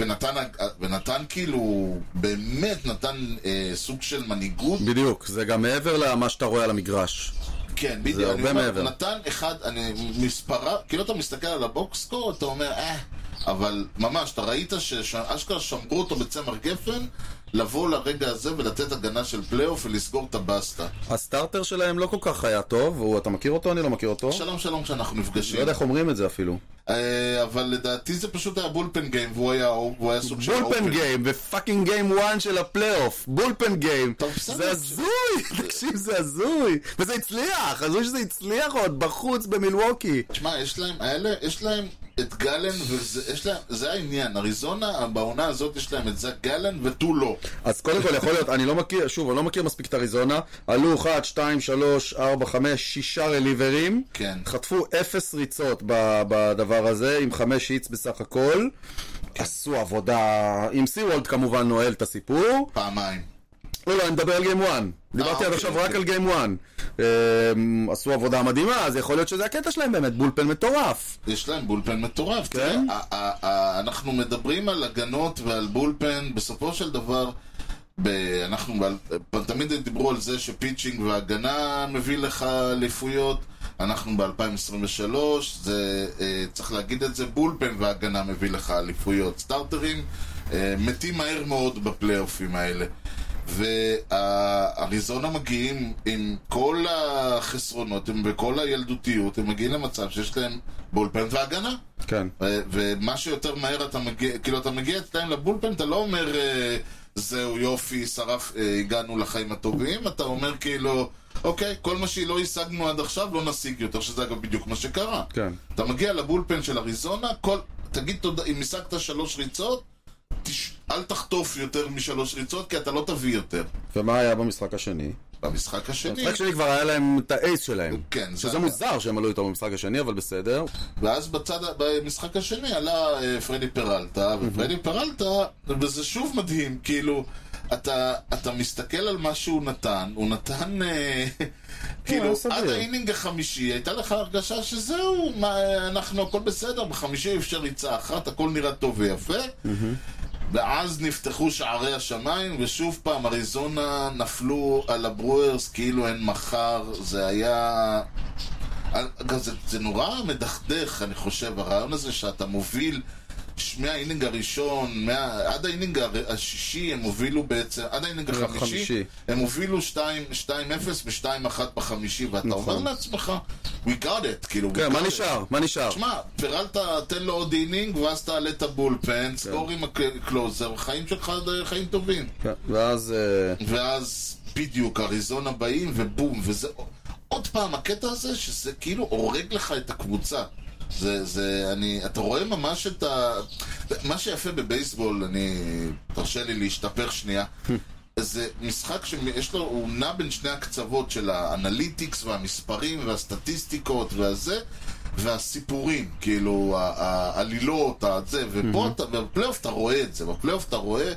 ונתן כאילו, באמת נתן סוג של מנהיגות. בדיוק, זה גם מעבר למה שאתה רואה על המגרש. כן, בדיוק. זה הרבה מעבר. נתן אחד, מספרה, כאילו אתה מסתכל על הבוקסקור, אתה אומר, אבל ממש, אתה ראית שאשכרה שמרו אותו בצמר גפן, לבוא לרגע הזה ולתת הגנה של פלייאוף ולסגור את הבאסטה. הסטארטר שלהם לא כל כך היה טוב, אתה מכיר אותו? אני לא מכיר אותו. שלום שאנחנו נפגשים. לא יודע איך אומרים את זה אפילו. אבל לדעתי זה פשוט היה בולפן גיים, והוא היה סוג של בולפן גיים, ופאקינג גיים 1 של הפלייאוף. בולפן גיים. זה הזוי, תקשיב, זה הזוי. וזה הצליח, הזוי שזה הצליח עוד בחוץ במילווקי. תשמע, יש להם את גלן, וזה העניין. אריזונה, בעונה הזאת יש להם את זה גלן ותו לא. אז קודם כל יכול להיות, אני לא מכיר מספיק את אריזונה. עלו 1, 2, 3, 4, 5, 6 רליברים. כן. חטפו 0 ריצות בדבר הזה, עם 5 היטס בסך הכל. עשו עבודה, עם סי-וולד כמובן נועל את הסיפור. פעמיים. לא, אני מדבר על גיים 1. דיברתי עד עכשיו רק על גיים 1. עשו עבודה מדהימה, אז יכול להיות שזה הקטע שלהם באמת, בולפן מטורף. יש להם בולפן מטורף. כן? אנחנו מדברים על הגנות ועל בולפן, בסופו של דבר, אנחנו תמיד דיברו על זה שפיצ'ינג והגנה מביא לך אליפויות. אנחנו ב-2023, צריך להגיד את זה, בולפן והגנה מביא לך אליפויות. סטארטרים מתים מהר מאוד בפלייאופים האלה. והאריזונה מגיעים עם כל החסרונות וכל הילדותיות, הם מגיעים למצב שיש להם בולפן והגנה. כן. ומה שיותר מהר אתה מגיע, כאילו אתה מגיע אצלם לבולפן, אתה לא אומר זהו יופי, שרף, הגענו לחיים הטובים, אתה אומר כאילו אוקיי, כל מה שלא השגנו עד עכשיו לא נשיג יותר, שזה אגב בדיוק מה שקרה. כן. אתה מגיע לבולפן של אריזונה, תגיד תודה, אם השגת 3 ריצות, אל תחטוף יותר מ3 ריצות, כי אתה לא תביא יותר. ומה היה במשחק השני? במשחק השני... במשחק השני כבר היה להם את האייס שלהם. כן. שזה מוזר שהם עלו איתו במשחק השני, אבל בסדר. ואז במשחק השני עלה פרדי פרלטה, ופרדי פרלטה, וזה שוב מדהים, כאילו, אתה מסתכל על מה שהוא נתן, הוא נתן... כאילו, עד האינינג החמישי, הייתה לך הרגשה שזהו, אנחנו הכל בסדר, בחמישי אפשר ריצה אחת, הכל נראה טוב ויפה. ואז נפתחו שערי השמיים, ושוב פעם אריזונה נפלו על הברוורס כאילו אין מחר. זה היה... זה נורא מדכדך, אני חושב, הרעיון הזה שאתה מוביל מהאינינג הראשון, עד האינינג השישי הם הובילו בעצם, עד האינינג החמישי הם הובילו 2-0 ו-2-1 בחמישי, ואתה אומר לעצמך we got it, כאילו כן, מה נשאר? תשמע, פירלת, תן לו עוד אינינג ואז תעלה את הבולפן, סגור עם הקלוזר, חיים שלך חיים טובים, ואז בדיוק אריזונה באים ובום, וזה עוד פעם הקטע הזה שזה כאילו הורג לך את הקבוצה. אתה רואה ממש את מה שיפה בבייסבול, תרשה לי להשתפך שנייה, זה משחק שיש לו, הוא נע בין שני הקצוות של האנליטיקס והמספרים והסטטיסטיקות והסיפורים, כאילו העלילות, ופה בפלייאוף אתה רואה את זה, בפלייאוף אתה רואה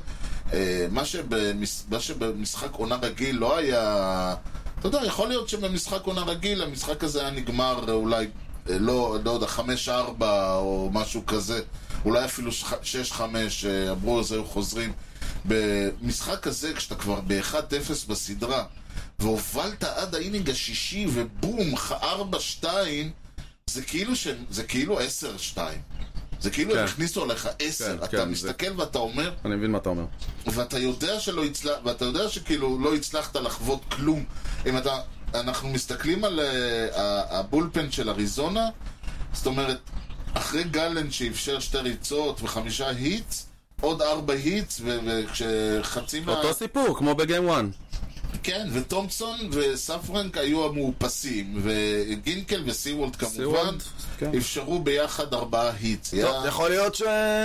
מה שבמשחק עונה רגיל לא היה, אתה יודע, יכול להיות שבמשחק עונה רגיל המשחק הזה היה נגמר אולי לא יודע, 5-4 או משהו כזה, אולי אפילו 6-5, הברורס היו חוזרים. במשחק הזה, כשאתה כבר ב-1-0 בסדרה, והובלת עד האינינג השישי, ובום, 4-2, זה כאילו 10-2. זה כאילו הם הכניסו עליך 10, אתה מסתכל ואתה אומר... אני מבין מה אתה אומר. ואתה יודע שכאילו לא הצלחת לחוות כלום. אם אנחנו מסתכלים על הבולפן של אריזונה, זאת אומרת, אחרי גלן שאפשר 2 ריצות ו5 היטס, עוד 4 היטס, וכשחצי אותו סיפור, כמו בגיים 1. כן, וטומפסון וספרנק היו המאופסים, וגינקל וסיוולד כמובן אפשרו ביחד 4 היטס. טוב, יכול להיות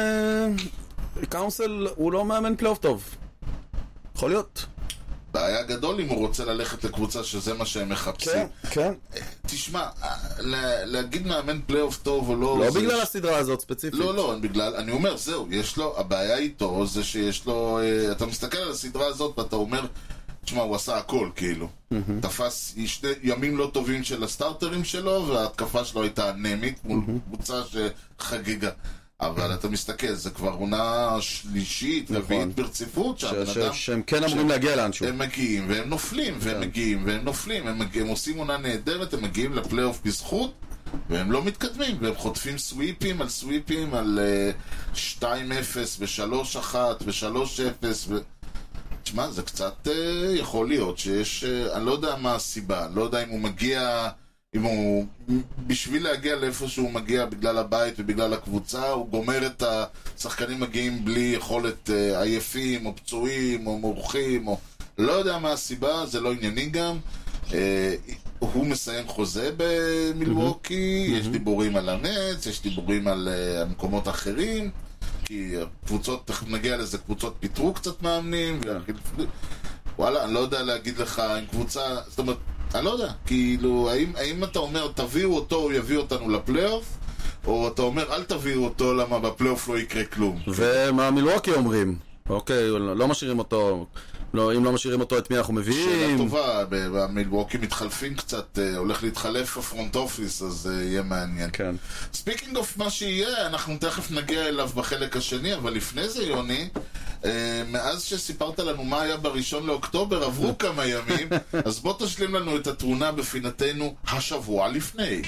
קאונסל הוא לא מאמן פלייאוף טוב. יכול להיות. בעיה גדול אם הוא רוצה ללכת לקבוצה שזה מה שהם מחפשים. כן. תשמע, להגיד מאמן פלייאוף טוב או לא... לא בגלל הסדרה הזאת ספציפית. לא, בגלל, אני אומר, זהו, יש לו, הבעיה איתו זה שיש לו, אתה מסתכל על הסדרה הזאת ואתה אומר, תשמע, הוא עשה הכל, כאילו. תפס 2 ימים לא טובים של הסטארטרים שלו, וההתקפה שלו הייתה אנמית, מול קבוצה שחגיגה. אבל אתה מסתכל, זה כבר עונה שלישית, רביעית ברציפות, שהם כן אמורים להגיע לאנשהו. הם מגיעים והם נופלים, והם מגיעים והם נופלים, הם עושים עונה נהדרת, הם מגיעים לפלייאוף בזכות, והם לא מתקדמים, והם חוטפים סוויפים על סוויפים, על 2-0 ו-3-1 ו-3-0 תשמע, זה קצת יכול להיות שיש, אני לא יודע מה הסיבה, אני לא יודע אם הוא מגיע, אם הוא, בשביל להגיע לאיפה שהוא מגיע בגלל הבית ובגלל הקבוצה, הוא גומר את השחקנים מגיעים בלי יכולת עייפים או פצועים או מורחים, או לא יודע מה הסיבה, זה לא ענייני גם. הוא מסיים חוזה במילווקי, יש דיבורים על הנץ, יש דיבורים על המקומות האחרים, כי קבוצות, תכף נגיע לזה, קבוצות פיתרו קצת מאמנים, וואלה, אני לא יודע להגיד לך אם קבוצה, זאת אומרת, אני לא יודע, כאילו, האם אתה אומר, תביאו אותו, הוא יביא אותנו לפלייאוף, או אתה אומר, אל תביאו אותו, למה בפלייאוף לא יקרה כלום. ומה מילווקי אומרים? אוקיי, לא משאירים אותו, לא, אם לא משאירים אותו, את מי אנחנו מביאים? שאלה טובה, המילווקי מתחלפים קצת, הולך להתחלף הפרונט אופיס, אז יהיה מעניין. כן. ספיקינג אוף מה שיהיה, אנחנו תכף נגיע אליו בחלק השני, אבל לפני זה, יוני, מאז שסיפרת לנו מה היה בראשון לאוקטובר, עברו כמה ימים, אז בוא תשלים לנו את התמונה בפינתנו השבוע לפני.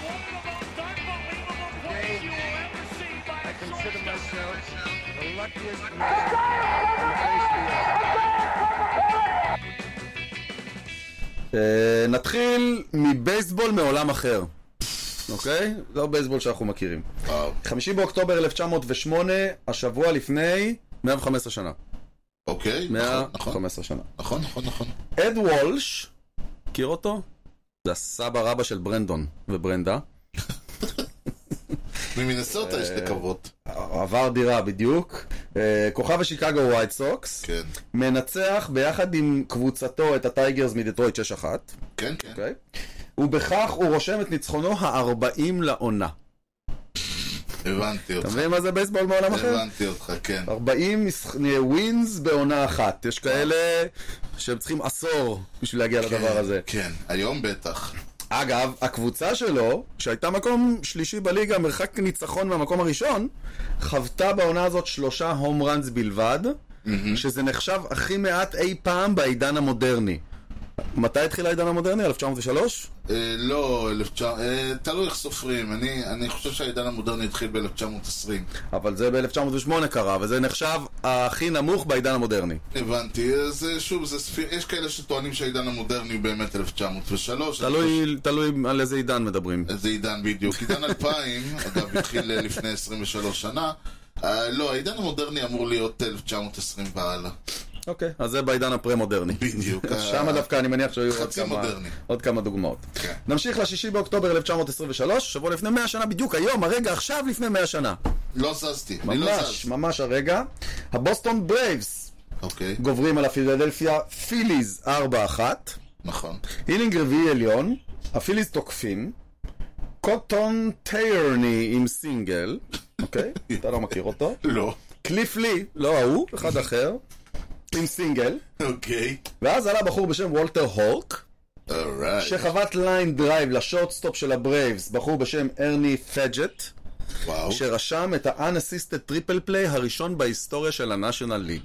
נתחיל מבייסבול מעולם אחר, אוקיי? זה לא בייסבול שאנחנו מכירים. 5 באוקטובר 1908, השבוע לפני 115 שנה. אוקיי, 115 שנה. נכון. אד וולש, מכיר אותו? זה הסבא רבא של ברנדון וברנדה. ממינסוטה יש לקוות. עבר דירה בדיוק. כוכב השיקגו ווייט סוקס. כן. מנצח ביחד עם קבוצתו את הטייגרס מדטרויט 6-1. כן. ובכך הוא רושם את ניצחונו ה-40 לעונה. הבנתי אותך. אתה מבין מה זה בייסבול מעולם אחר? הבנתי אותך, כן. 40 ווינס בעונה אחת. יש כאלה שהם צריכים עשור בשביל להגיע לדבר הזה. כן, היום בטח. אגב, הקבוצה שלו, שהייתה מקום שלישי בליגה, מרחק ניצחון מהמקום הראשון, חוותה בעונה הזאת 3 הום ראנס בלבד, שזה נחשב הכי מעט אי פעם בעידן המודרני. מתי התחיל העידן המודרני? 1903? לא, תלוי איך סופרים. אני חושב שהעידן המודרני התחיל ב-1920. אבל זה ב-1908 קרה, וזה נחשב הכי נמוך בעידן המודרני. הבנתי, אז שוב, יש כאלה שטוענים שהעידן המודרני הוא באמת 1903. תלוי על איזה עידן מדברים. איזה עידן בדיוק. עידן 2000, אגב, התחיל לפני 23 שנה. לא, העידן המודרני אמור להיות 1920 והלאה. אוקיי, אז זה בעידן הפרה-מודרני. בדיוק. שם דווקא אני מניח שהיו עוד כמה דוגמאות. נמשיך ל6 באוקטובר 1923, שבוע לפני 100 שנה בדיוק, היום, הרגע, עכשיו לפני 100 שנה. לא זזתי, אני לא זז. ממש הרגע. הבוסטון ברייבס גוברים על הפילדלפיה פיליז 4-1. נכון. אינינג רביעי עליון, הפיליז תוקפים, קוטון טיירני עם סינגל, אוקיי? אתה לא מכיר אותו? לא. קליף לי, לא ההוא, אחד אחר, עם סינגל. אוקיי. ואז עלה בחור בשם וולטר הולק, שחוות ליין דרייב לשורטסטופ של הברייבס, בחור בשם ארני פג'ט, שרשם את ה-unassisted טריפל פליי הראשון בהיסטוריה של הנאשונל ליג.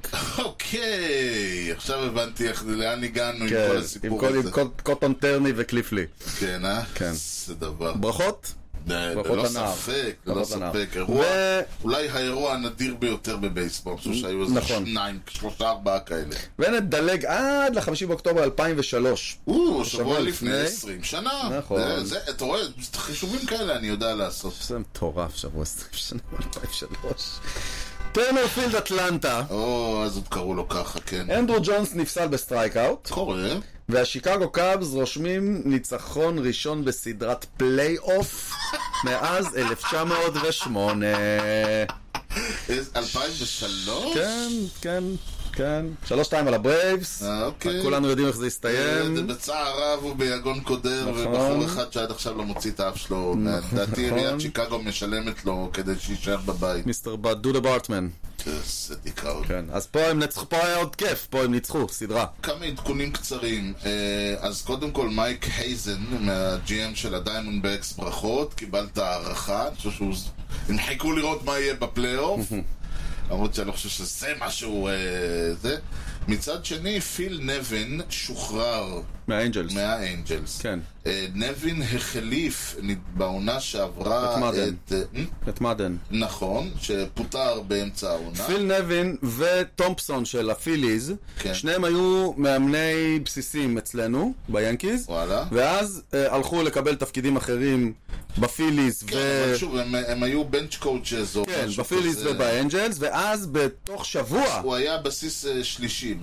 אוקיי, עכשיו הבנתי לאן הגענו עם כל הסיפור הזה. עם קוטון טרני וקליף לי. כן, כן. זה דבר. ברכות? ללא ספק, ללא ספק. אולי האירוע הנדיר ביותר בבייסבול, אני חושב שהיו איזה 2, 3, 4 כאלה. ונדלג עד ל5 באוקטובר 2003. שבוע לפני 20 שנה. נכון. אתה רואה, חישובים כאלה אני יודע לעשות. זה מטורף, שבוע 20 שנה 2003. טרנר פילד אטלנטה. אז עוד קראו לו ככה, כן. אנדרו ג'ונס נפסל בסטרייקאוט. קורה. והשיקגו קאבס רושמים ניצחון ראשון בסדרת פליי-אוף מאז 1908. 2003? כן. 3-2 על הברייבס. כולנו יודעים איך זה יסתיים. בצער רב וביגון קודר, ובחור אחד שעד עכשיו לא מוציא את האף שלו. לדעתי עיריית שיקגו משלמת לו כדי שישאר בבית. מיסטר דודה בארטמן. זה דיכאון. כן, אז פה הם ניצחו, פה היה עוד כיף, פה הם ניצחו, סדרה. כמה עדכונים קצרים. אז קודם כל מייק הייזן מה-GM של הדיימונדבקס, ברכות, קיבלת הערכה. אני חושב הם חיכו לראות מה יהיה בפלייאוף. למרות שאני לא חושב שזה משהו זה. מצד שני, פיל נבין שוחרר מהאנג'לס. כן. נבין החליף בעונה שעברה את מדן. נכון, שפוטר באמצע העונה. פיל נבין וטומפסון של הפיליז, שניהם היו מאמני בסיסים אצלנו ביאנקיז, ואז הלכו לקבל תפקידים אחרים בפיליז. כן, אבל שוב, הם היו בנץ' קואוצ'ז. כן, בפיליז ובאנג'לס, ואז בתוך שבוע הוא היה בסיס שלישי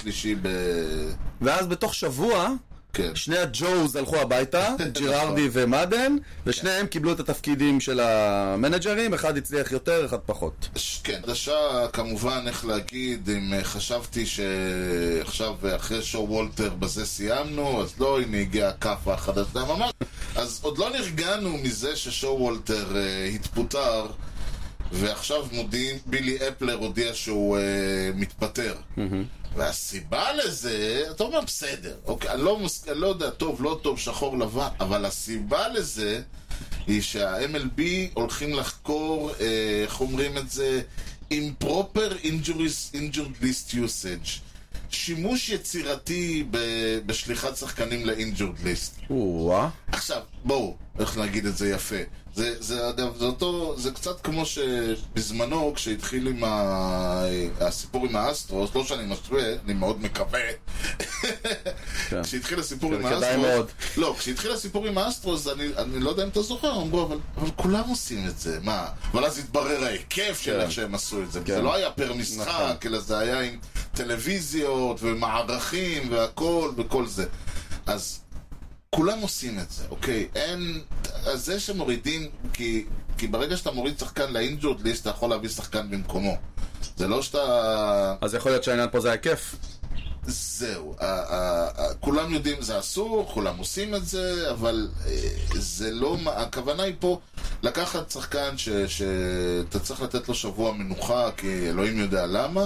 ואז בתוך שבוע שני הג'וז הלכו הביתה, ג'ירארדי ומדן, ושניהם קיבלו את התפקידים של המנג'רים, אחד הצליח יותר, אחד פחות. כן, חדשה כמובן, איך להגיד, אם חשבתי שעכשיו אחרי שואו וולטר בזה סיימנו, אז לא, הנה הגיע הכאפה החדשה ממש. אז עוד לא נרגענו מזה ששואו וולטר התפוטר, ועכשיו בילי אפלר הודיע שהוא מתפטר. והסיבה לזה, אתה אומר בסדר, אוקיי, אני לא יודע, טוב, לא טוב, שחור לבן, אבל הסיבה לזה היא שה-MLB הולכים לחקור, איך אומרים את זה, improper injured list usage, שימוש יצירתי בשליחת שחקנים ל-injured list. עכשיו, בואו, איך נגיד את זה יפה. זה קצת כמו שבזמנו, כשהתחיל עם הסיפור עם האסטרוס, לא שאני משווה, אני מאוד מקווה, כשהתחיל הסיפור עם האסטרוס, לא, כשהתחיל הסיפור עם האסטרוס, אני לא יודע אם אתה זוכר, אמרו, אבל כולם עושים את זה, מה? אבל אז התברר ההיקף של איך שהם עשו את זה, זה לא היה פר משחק, אלא זה היה עם טלוויזיות ומערכים והכל וכל זה. אז כולם עושים את זה, אוקיי? אז זה שמורידים, כי ברגע שאתה מוריד שחקן לאינג'ורד ליסט, אתה יכול להביא שחקן במקומו. זה לא שאתה... אז יכול להיות שהעניין פה זה הכיף. זהו, כולם יודעים, זה אסור, כולם עושים את זה, אבל זה לא... הכוונה היא פה לקחת שחקן שאתה צריך לתת לו שבוע מנוחה, כי אלוהים יודע למה,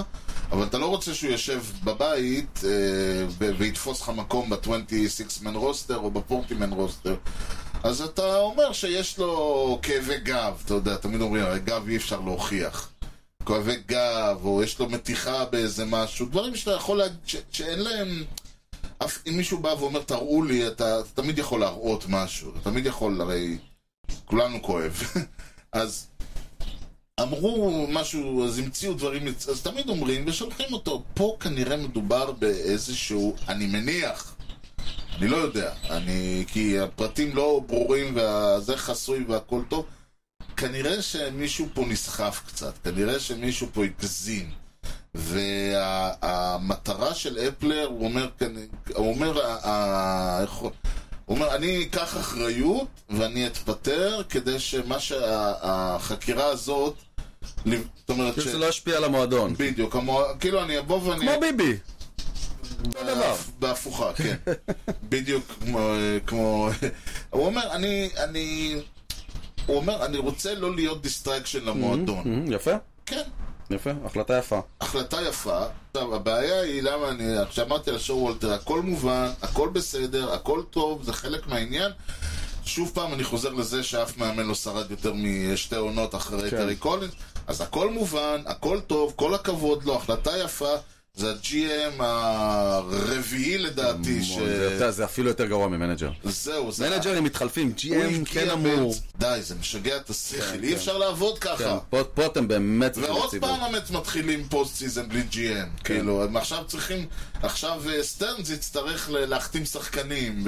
אבל אתה לא רוצה שהוא יושב בבית ויתפוס לך מקום ב-26-man רוסטר או ב-40-man רוסטר. אז אתה אומר שיש לו כאבי גב, אתה יודע, תמיד אומרים, גב אי אפשר להוכיח. כאבי גב, או יש לו מתיחה באיזה משהו, דברים שאתה יכול להגיד, שאין להם... אם מישהו בא ואומר, תראו לי, אתה תמיד יכול להראות משהו, אתה תמיד יכול, הרי כולנו כואב. אז אמרו משהו, אז המציאו דברים, אז תמיד אומרים, ושולחים אותו. פה כנראה מדובר באיזשהו, אני מניח, אני לא יודע, כי הפרטים לא ברורים, וזה חסוי והכל טוב, כנראה שמישהו פה נסחף קצת, כנראה שמישהו פה התזין. והמטרה של אפלר, הוא אומר, אני אקח אחריות ואני אתפטר כדי שמה שהחקירה הזאת, זאת אומרת כאילו זה לא ישפיע על המועדון. בדיוק, כאילו אני אבוא ואני... כמו ביבי. בהפוכה, כן. בדיוק כמו... הוא אומר, אני רוצה לא להיות דיסטרקשן למועדון. יפה. כן. יפה, החלטה יפה. החלטה יפה. עכשיו, הבעיה היא למה כשאמרתי על שואו וולטר, הכל מובן, הכל בסדר, הכל טוב, זה חלק מהעניין. שוב פעם אני חוזר לזה שאף מאמן לא שרד יותר משתי עונות אחרי טרי קולינס. אז הכל מובן, הכל טוב, כל הכבוד לו, החלטה יפה. זה ה-GM הרביעי לדעתי זה אפילו יותר גרוע ממנג'ר. זהו, מנג'רים מתחלפים, GM כן אמור. די, זה משגע את השכל, אי אפשר לעבוד ככה. פה אתם באמת צריכים ועוד פעם המץ מתחילים פוסט סיזן בלי GM. כאילו, הם עכשיו צריכים, עכשיו סטרנס יצטרך להחתים שחקנים.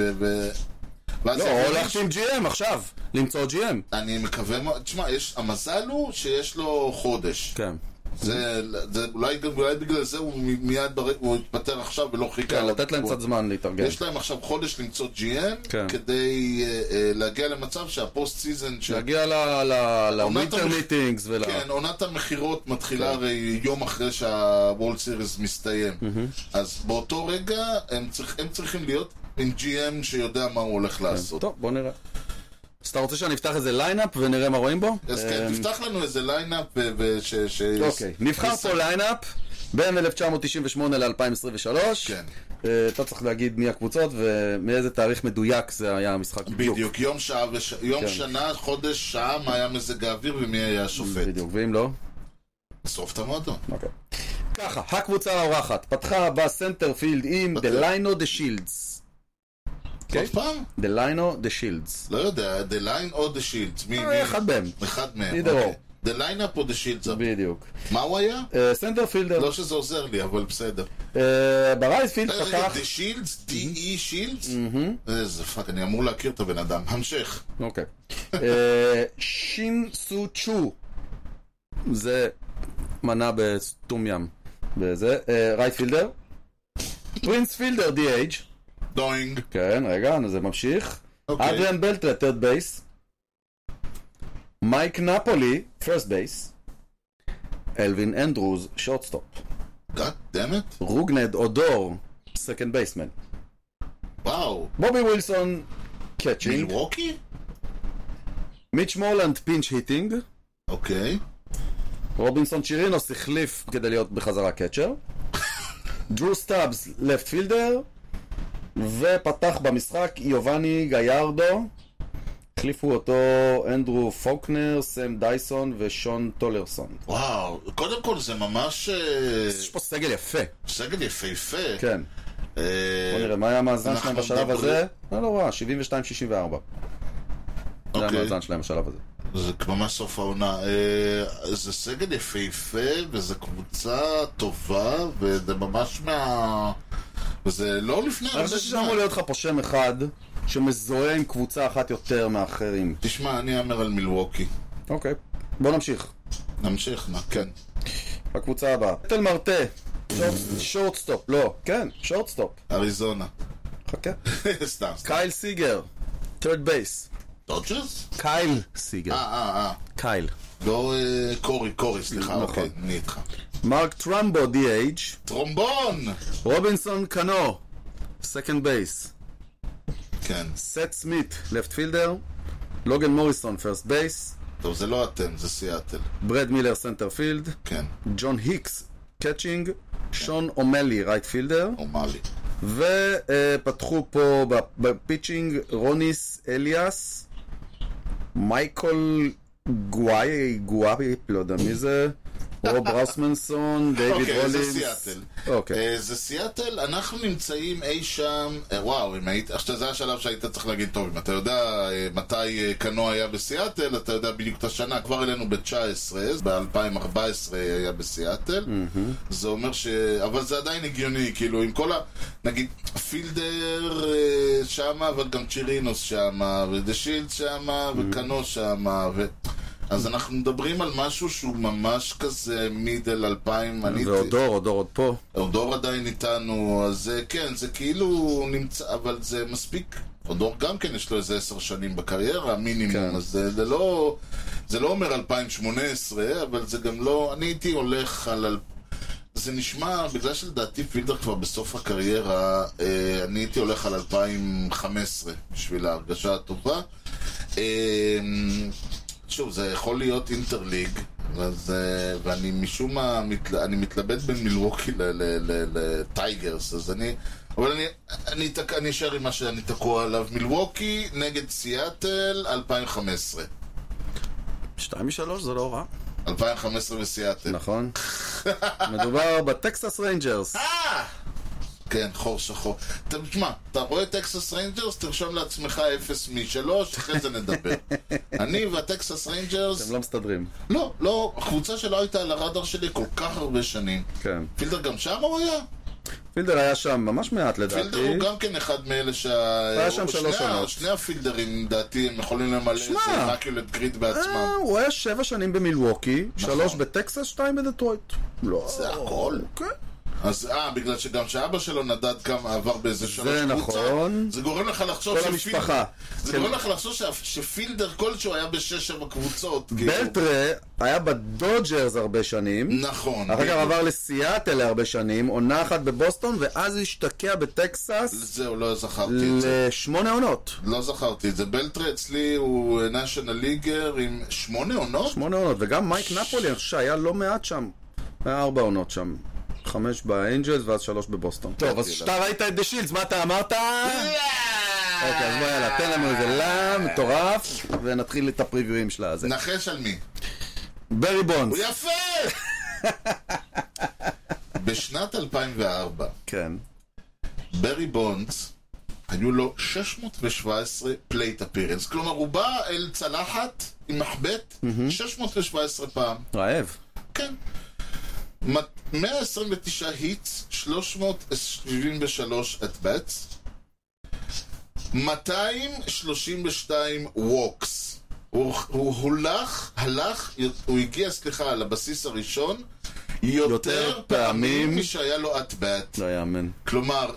לא, או להחתים GM עכשיו, למצוא GM. אני מקווה, תשמע, המזל הוא שיש לו חודש. כן. אולי בגלל זה הוא מיד הוא התפטר עכשיו ולא חיכה. לתת להם קצת זמן להתארגן. יש להם עכשיו חודש למצוא GM כדי להגיע למצב שהפוסט סיזן להגיע לווינטר מיטינגס. כן, עונת המחירות מתחילה הרי יום אחרי שהוולד סיריס מסתיים. אז באותו רגע הם צריכים להיות עם GM שיודע מה הוא הולך לעשות. טוב, בוא נראה. אז אתה רוצה שאני אפתח איזה ליינאפ ונראה מה רואים בו? אז כן, תפתח לנו איזה ליינאפ אוקיי, נבחר פה ליינאפ בין 1998 ל-2023. כן. אתה צריך להגיד מי הקבוצות ומאיזה תאריך מדויק זה היה המשחק בדיוק. בדיוק, יום שנה, חודש, שעה, מה היה מזג האוויר ומי היה השופט. בדיוק, ואם לא? שרוף את המועדון. אוקיי. ככה, הקבוצה האורחת פתחה בסנטר פילד עם דליינו דה שילדס. עוד פעם? The Line or the Shields. לא יודע, The Line or the Shields. אחד מהם. אחד מהם, אוקיי. The Line up or the Shields. בדיוק. מה הוא היה? סנטר פילדר. לא שזה עוזר לי, אבל בסדר. ברייטפילד פתח... The Shields? D.E. Shields? איזה פאק, אני אמור להכיר את הבן אדם. המשך. אוקיי. שין סו צ'ו. זה מנה בסתום ים. וזה, רייטפילדר. פרינס פילדר, DH. דוינג. כן, רגע, זה ממשיך. אדריאן בלטר, third base. מייק נפולי, first base. אלווין אנדרוז, shortstop. God damn it. רוגנד אודור, second baseman. וואו. בובי ווילסון, catching. מילווקי? מיץ' מורלנד, pinch hitting. אוקיי. רובינסון צ'ירינוס החליף כדי להיות בחזרה קצ'ר. דרו סטאבס, left fielder. ופתח במשחק יובני גיירדו, החליפו אותו אנדרו פוקנר, סם דייסון ושון טולרסון. וואו, קודם כל זה ממש... יש פה סגל יפה. סגל יפה. כן. בוא נראה, מה היה המאזן שלהם בשלב הזה? לא רע, 72-64. זה היה המאזן שלהם בשלב הזה. זה ממש סוף העונה. זה סגל יפה וזה קבוצה טובה וזה ממש וזה לא לפני אני חושב שאמור להיות לך פה שם אחד שמזוהה עם קבוצה אחת יותר מאחרים. תשמע, אני אמר על מילווקי. אוקיי, בוא נמשיך. כן. הקבוצה הבאה. תל מרטה, שורטסטופ, לא, כן, שורטסטופ. אריזונה. חכה. סתם. קייל סיגר, third base. דודג'רס? קייל סיגר. קייל. לא קורי, סליחה, אוקיי, אני איתך. מרק טרמבו, DH. טרומבון! רובינסון קנו, second base. כן. סט סמית, left fielder. לוגן מוריסון, first base. טוב, זה לא אתם, זה סיאטל. ברד מילר, center field. כן. ג'ון היקס, catching. שון אומלי, רייטפילדר, אומלי. ופתחו פה בפיצ'ינג רוניס אליאס, מייקל גואי, לא יודע מי זה, רוב ראוסמנסון, דיוויד רולינס. אוקיי, זה סיאטל. אוקיי. זה סיאטל, אנחנו נמצאים אי שם, וואו, אם היית, זה השלב שהיית צריך להגיד, טוב, אם אתה יודע מתי קנו היה בסיאטל, אתה יודע בדיוק את השנה, כבר אלינו ב-19, ב-2014 היה בסיאטל, זה אומר אבל זה עדיין הגיוני, כאילו, עם כל נגיד, פילדר שמה, אבל גם צ'ירינוס שמה, ודשילד שמה, וקנו שמה, אז אנחנו מדברים על משהו שהוא ממש כזה מידל 2000. ואודור עוד פה. אודור עדיין איתנו, אז כן, זה כאילו נמצא, אבל זה מספיק. אודור גם כן יש לו איזה 10 שנים בקריירה, מינימום, כן. אז זה לא אומר 2018, אבל זה גם לא, אני הייתי הולך על... זה נשמע, בגלל שלדעתי פילדר כבר בסוף הקריירה, אני הייתי הולך על 2015 בשביל ההרגשה הטובה. שוב, זה יכול להיות אינטרליג, ואני משום מה, אני מתלבט בין מילווקי לטייגרס, אז אני אשאר עם מה שאני תקוע עליו. מילווקי נגד סיאטל 2015. 2-3 זה לא רע. 2015 בסיאטל. נכון. מדובר בטקסס ריינג'רס. כן, חור שחור. תשמע, אתה רואה טקסס ריינג'רס, תרשום לעצמך 0-3, אחרי זה נדבר. אני והטקסס ריינג'רס... אתם לא מסתדרים. לא, החבוצה שלו הייתה על הרדאר שלי כל כך הרבה שנים. כן. פילדר גם שם הוא היה? פילדר היה שם ממש מעט לדעתי. פילדר הוא גם כן אחד מאלה היה שם 3 שנות. שני הפילדרים, לדעתי, הם יכולים למלא איזה מקולת גריד בעצמם. הוא היה 7 שנים במילווקי, 3 בטקסס, 2 בדטרויט. זה הכל. כן. אז בגלל שגם שאבא שלו נדד כמה עבר באיזה 3 קבוצה. זה נכון. זה גורם לך לחשוב כל המשפחה. זה גורם לך לחשוב שפילדר כלשהו היה ב6-7 קבוצות. בלטרה היה בדודג'רס הרבה שנים. נכון. אחר כך עבר לסיאטל להרבה שנים, עונה אחת בבוסטון, ואז השתקע בטקסס. זהו, לא זכרתי את זה. ל8 עונות. לא זכרתי את זה. בלטרה אצלי הוא נשיונל ליגר עם 8 עונות? 8 עונות, וגם מייק נפולי, אני חושב שהיה לא מעט שם. היה 4 עונות שם. 5 באנג'לס ואז 3 בבוסטון. טוב, אז שאתה ראית את דשילדס, מה אתה אמרת? אוקיי, אז בוא יאללה, תן לנו איזה מטורף, ונתחיל את הפריוויים שלה. נחש על מי? ברי בונדס. הוא יפה! בשנת 2004, כן. ברי בונדס, היו לו 617 פלייט אפירנס. כלומר, הוא בא אל צלחת עם מחבט 617 פעם. רעב. כן. 129 היטס, 373 אט-באטס, 232 ווקס. הוא הוא הגיע, לבסיס הראשון יותר פעמים משהיה לו אט-באט. לא יאמן. כלומר,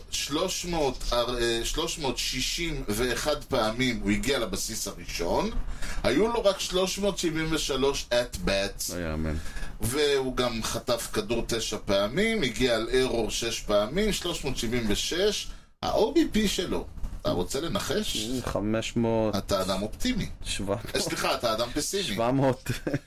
361 פעמים הוא הגיע לבסיס הראשון, היו לו רק 373 אט-באטס. לא יאמן. והוא גם חטף כדור 9 פעמים, הגיע על אירור 6 פעמים, 376. ה-OBP שלו, אתה רוצה לנחש? 500... אתה אדם אופטימי. 700... סליחה, אתה אדם פסימי. 700...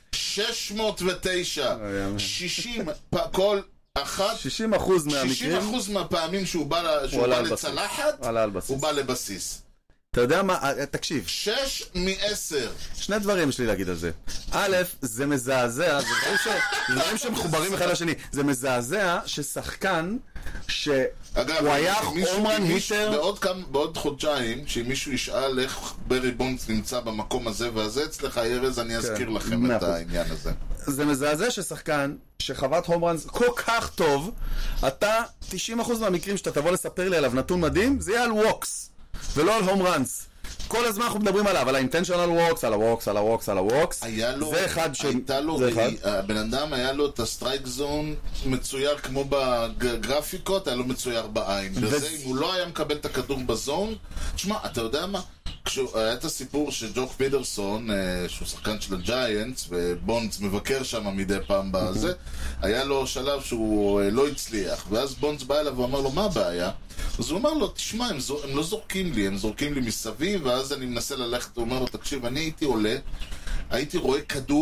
609. 60 כל אחת... 60% מהמקרים... 60% מהפעמים שהוא בא לצלחת, הוא בא לבסיס. אתה יודע מה? תקשיב. 6 מ-10. 2 דברים יש לי להגיד על זה. א', זה מזעזע, זה דברים שמחוברים אחד לשני. זה מזעזע ששחקן שהוא היה הומרן היטר... בעוד חודשיים, שאם מישהו ישאל איך ברי בונדס נמצא במקום הזה והזה אצלך, ירז, אני אזכיר לכם את העניין הזה. זה מזעזע ששחקן שחוות הומרנס כל כך טוב, אתה 90% מהמקרים שאתה תבוא לספר לי עליו נתון מדהים, זה יהיה על ווקס ולא על הום ראנס. כל הזמן אנחנו מדברים עליו, על האינטנשיונל ווקס, על הווקס, על הווקס, על הווקס. זה אחד ש... הבן אדם היה לו את הסטרייק זון מצויר כמו בגרפיקות, היה לו מצויר בעין. וזה, אם הוא לא היה מקבל את הכדור בזון, תשמע, אתה יודע מה? כשהיה את הסיפור שג'וק פידרסון, שהוא שחקן של הג'יינטס, ובונדס מבקר שם מדי פעם בזה, היה לו שלב שהוא לא הצליח, ואז בונדס בא אליו ואמר לו, מה הבעיה? אז הוא אמר לו, תשמע, הם לא זורקים לי, הם זורקים לי מסביב, ואז אני מנסה ללכת, הוא אומר לו, תקשיב, אני הייתי עולה, הייתי רואה כדור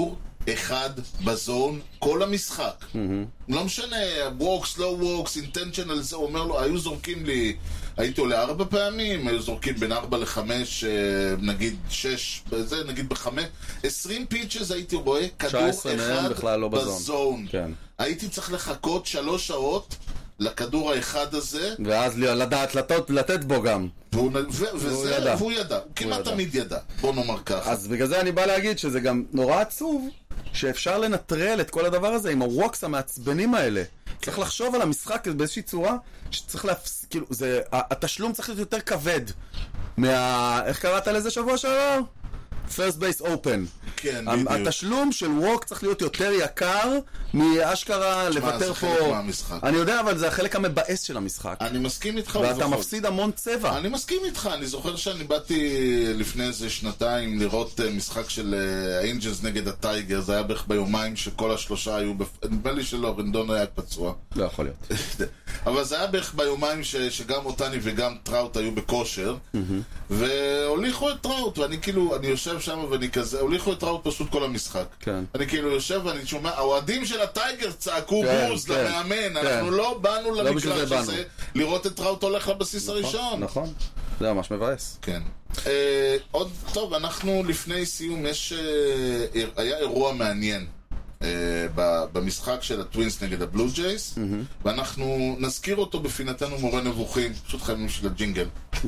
אחד בזון כל המשחק. לא משנה, ווקס, לא ווקס, אינטנשנל, זה אומר לו, היו זורקים לי, הייתי עולה 4 פעמים, היו זורקים בין 4 ל-5, נגיד 6, זה נגיד ב-5, 20 פיצ'ס הייתי רואה כדור אחד לא בזון. כן. הייתי צריך לחכות 3 שעות לכדור האחד הזה. ואז לדעת לתת בו גם. והוא ידע, הוא כמעט תמיד ידע, בוא נאמר ככה. אז בגלל זה אני בא להגיד שזה גם נורא עצוב שאפשר לנטרל את כל הדבר הזה עם הווקס המעצבנים האלה. צריך לחשוב על המשחק באיזושהי צורה שצריך כאילו, התשלום צריך להיות יותר כבד איך קראת לזה שבוע שעבר? First Base Open. כן, בדיוק. התשלום של ווק צריך להיות יותר יקר מאשכרה לוותר פה. אני יודע, אבל זה החלק המבאס של המשחק. אני מסכים איתך. ואתה מפסיד המון צבע. אני מסכים איתך. אני זוכר שאני באתי לפני איזה 2 לראות משחק של האנג'לס נגד הטייגר. זה היה בערך ביומיים שכל השלושה היו נדמה לי שלא, רנדון היה פצוע. לא יכול להיות. אבל זה היה בערך ביומיים שגם אותני וגם טראוט היו בכושר. והוליכו את טראוט, ואני כאילו, אני יושב שם ואני כזה, הוליכו את טראוט פשוט כל המשחק. כן. אני כאילו יושב ואני שומע, האוהדים של הטייגר צעקו בוז למאמן, אנחנו לא באנו למקלט הזה לראות את טראוט הולך לבסיס הראשון. נכון, זה ממש מבאס. כן. עוד טוב, אנחנו לפני סיום, היה אירוע מעניין במשחק של הטווינס נגד הבלו ג'ייס, ואנחנו נזכיר אותו בפינתנו מורה נבוכים, פשוט חייבים של הג'ינגל.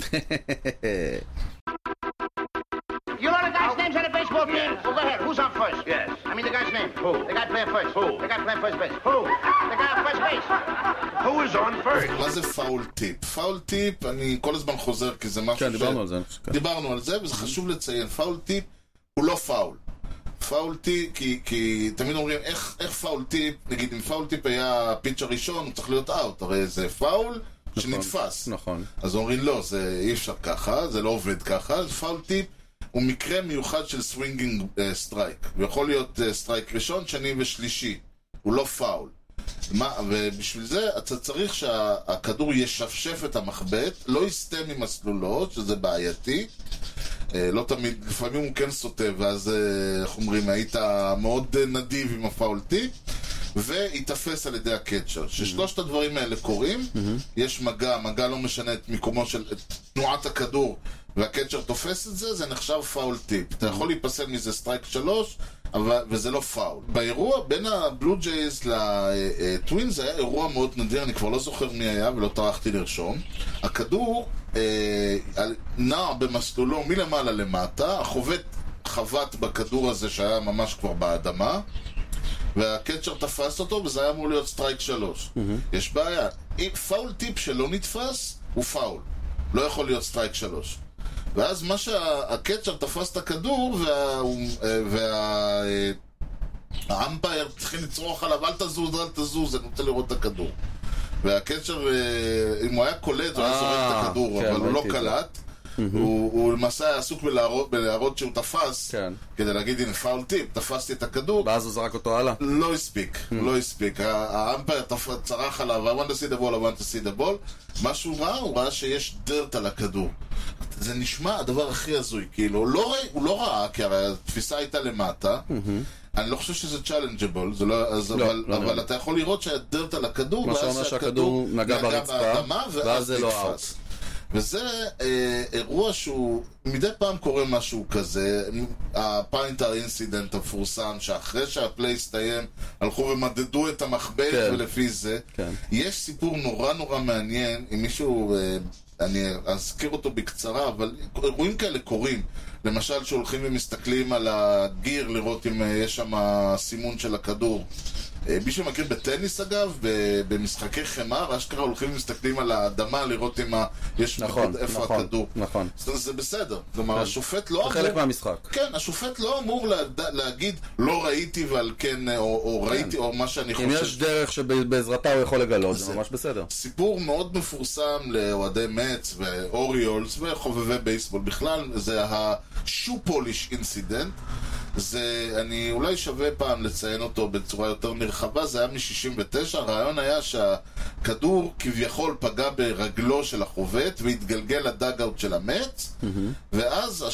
You know the guy's names on the baseball team? Well, go ahead. Who's on first? Yes. I mean the guy's name. Who? The guy playing first. Who? The guy playing first base. Who? The guy on first base. Who is on first? מה זה פאול טיפ? פאול טיפ, אני כל הזמן חוזר כי זה משהו כן, דיברנו על זה. דיברנו על זה, וזה חשוב לציין. פאול טיפ הוא לא פאול. פאול טיפ, כי תמיד אומרים, איך פאול טיפ, נגיד אם פאול טיפ היה פיץ' הראשון, הוא צריך להיות אאוט, הרי זה פאול שנתפס. נכון. אז אומרים, לא, זה אי אפשר ככה, זה לא עובד ככה, פאול טיפ הוא מקרה מיוחד של סווינגינג סטרייק. הוא יכול להיות סטרייק ראשון, שני ושלישי. הוא לא פאול. ובשביל זה אתה צריך שהכדור ישפשף את המחבט, לא יסתם ממסלולו, שזה בעייתי. לא תמיד, לפעמים הוא כן סוטה, ואז, איך אומרים, היית מאוד נדיב עם הפאול טיפ, ויתפס על ידי הקצ'ר. ששלושת הדברים האלה קורים, יש מגע לא משנה את מיקומו של תנועת הכדור, והקצ'ר תופס את זה, זה נחשב פאול טיפ. אתה יכול להיפסל מזה סטרייק 3, וזה לא פאול. באירוע בין הבלו ג'ייז לטווינס היה אירוע מאוד נדיר, אני כבר לא זוכר מי היה ולא טרחתי לרשום. הכדור נע במסלולו מלמעלה למטה, החובט חבט בכדור הזה שהיה ממש כבר באדמה, והקצ'ר תפס אותו, וזה היה אמור להיות סטרייק 3. יש בעיה. פאול טיפ שלא נתפס הוא פאול. לא יכול להיות סטרייק 3. ואז מה שהקצ'ר תפס את הכדור, והאמפייר צריכים לצרוח עליו, אל תזוז, אני רוצה לראות את הכדור. והקצ'ר, אם הוא היה קולט, הוא היה זורק את הכדור, אבל הוא לא קלט. הוא למעשה היה עסוק בלהראות שהוא תפס, כדי להגיד, הנה פאול טיפ, תפסתי את הכדור. ואז הוא זרק אותו הלאה. לא הספיק. האמפייר צרח עליו, I want to see the ball, I want to see the ball. מה שהוא ראה, הוא ראה שיש דרט על הכדור. זה נשמע הדבר הכי הזוי, כאילו, הוא לא ראה, כי הרי התפיסה הייתה למטה. אני לא חושב שזה צ'אלנג'בל, אבל אתה יכול לראות שהדרט על הכדור, ואז שהכדור נגע באדמה, ואז זה לא אאוט. וזה אירוע שהוא, מדי פעם קורה משהו כזה, הפיינטר אינסידנט המפורסם, שאחרי שהפליי הסתיים, הלכו ומדדו את המחבט, ולפי זה, יש סיפור נורא מעניין, אם מישהו, אני אזכיר אותו בקצרה, אבל אירועים כאלה קורים, למשל שהולכים ומסתכלים על הגיר, לראות אם יש שם סימון של הכדור. מישהו מכיר בטניס אגב, במשחקי חמר, אשכרה הולכים ומסתכלים על האדמה לראות אם יש איפה הכדור. נכון. זה בסדר. כלומר, השופט לא אמור... זה חלק מהמשחק. כן, השופט לא אמור להגיד לא ראיתי ועל כן, או ראיתי, או מה שאני חושב. אם יש דרך שבעזרתה הוא יכול לגלות, זה ממש בסדר. סיפור מאוד מפורסם לאוהדי מצ ואוריולס וחובבי בייסבול בכלל, זה השו פוליש אינסידנט. אני אולי שווה פעם לציין אותו בצורה יותר נרחבה, זה היה מ-69, הרעיון היה שהכדור כביכול פגע ברגלו של החובט והתגלגל לדאג-אוט של המץ, ואז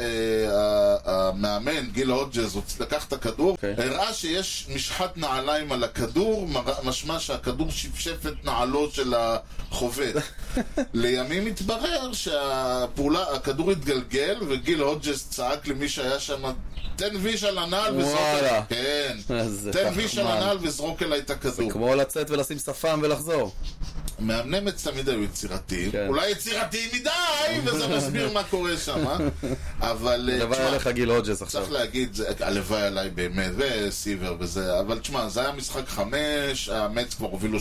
המאמן גיל הודג'ז לקח את הכדור, הראה שיש משחת נעליים על הכדור, משמע שהכדור שפשף את נעלו של החובט. לימים התברר שהכדור התגלגל וגיל הודג'ז צעק למי שהיה שם, תן ויש על הנעל וזרוק אליי. כן. תן ויש על הנעל וזרוק אליי את הכדור. זה כמו לצאת ולשים שפם ולחזור. מאמני מץ תמיד היו יצירתיים. אולי יצירתיים מדי, וזה מסביר מה קורה שם. אבל... הלוואי עליך גיל הודג'ס עכשיו. צריך להגיד, הלוואי עליי באמת, וסיבר וזה. אבל תשמע, זה היה משחק 5, המץ כבר הובילו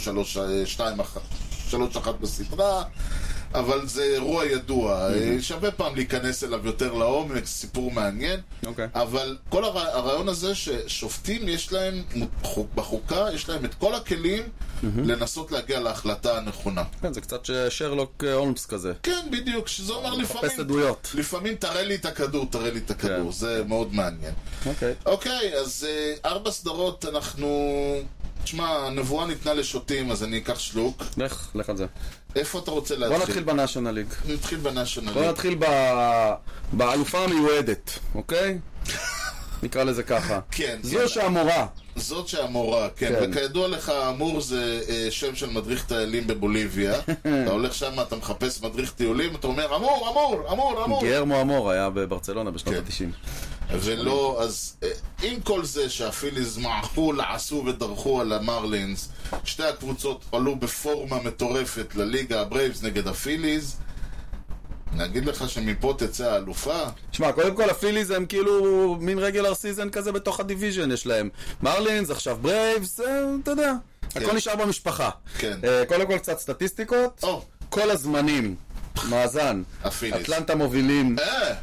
3-1 בסדרה. אבל זה אירוע ידוע, שווה פעם להיכנס אליו יותר לעומק, סיפור מעניין. אבל כל הרעיון הזה ששופטים יש להם, בחוקה יש להם את כל הכלים לנסות להגיע להחלטה הנכונה. כן, זה קצת שרלוק הולמס כזה. כן, בדיוק, שזה אומר לפעמים תראה לי את הכדור, זה מאוד מעניין. אוקיי, אז 4 סדרות אנחנו... תשמע, הנבואה ניתנה לשוטים, אז אני אקח שלוק. לך על זה. איפה אתה רוצה להתחיל? בוא נתחיל בנאשונל ליג. נתחיל בנאשונל ליג. בוא נתחיל באלופה המיועדת, אוקיי? נקרא לזה ככה. כן. זו שהמורה. זאת שהמורה, כן. וכידוע לך, אמור זה שם של מדריך טיילים בבוליביה. אתה הולך שם, אתה מחפש מדריך טיולים, אתה אומר, אמור. גרמו אמור היה בברצלונה בשנות ה-90. ולא, אז עם כל זה שהפיליז מעכו, לעשו ודרכו על המרלינס, שתי הקבוצות עלו בפורמה מטורפת לליגה, הברייבס נגד הפיליז. נגיד לך שמפה תצא האלופה. שמע, קודם כל הפיליז הם כאילו מין רגלר סיזן כזה בתוך הדיוויז'ן יש להם. מרלינס, עכשיו ברייבס, אתה יודע, הכל נשאר במשפחה. קודם כל קצת סטטיסטיקות, כל הזמנים. מאזן, אטלנטה מובילים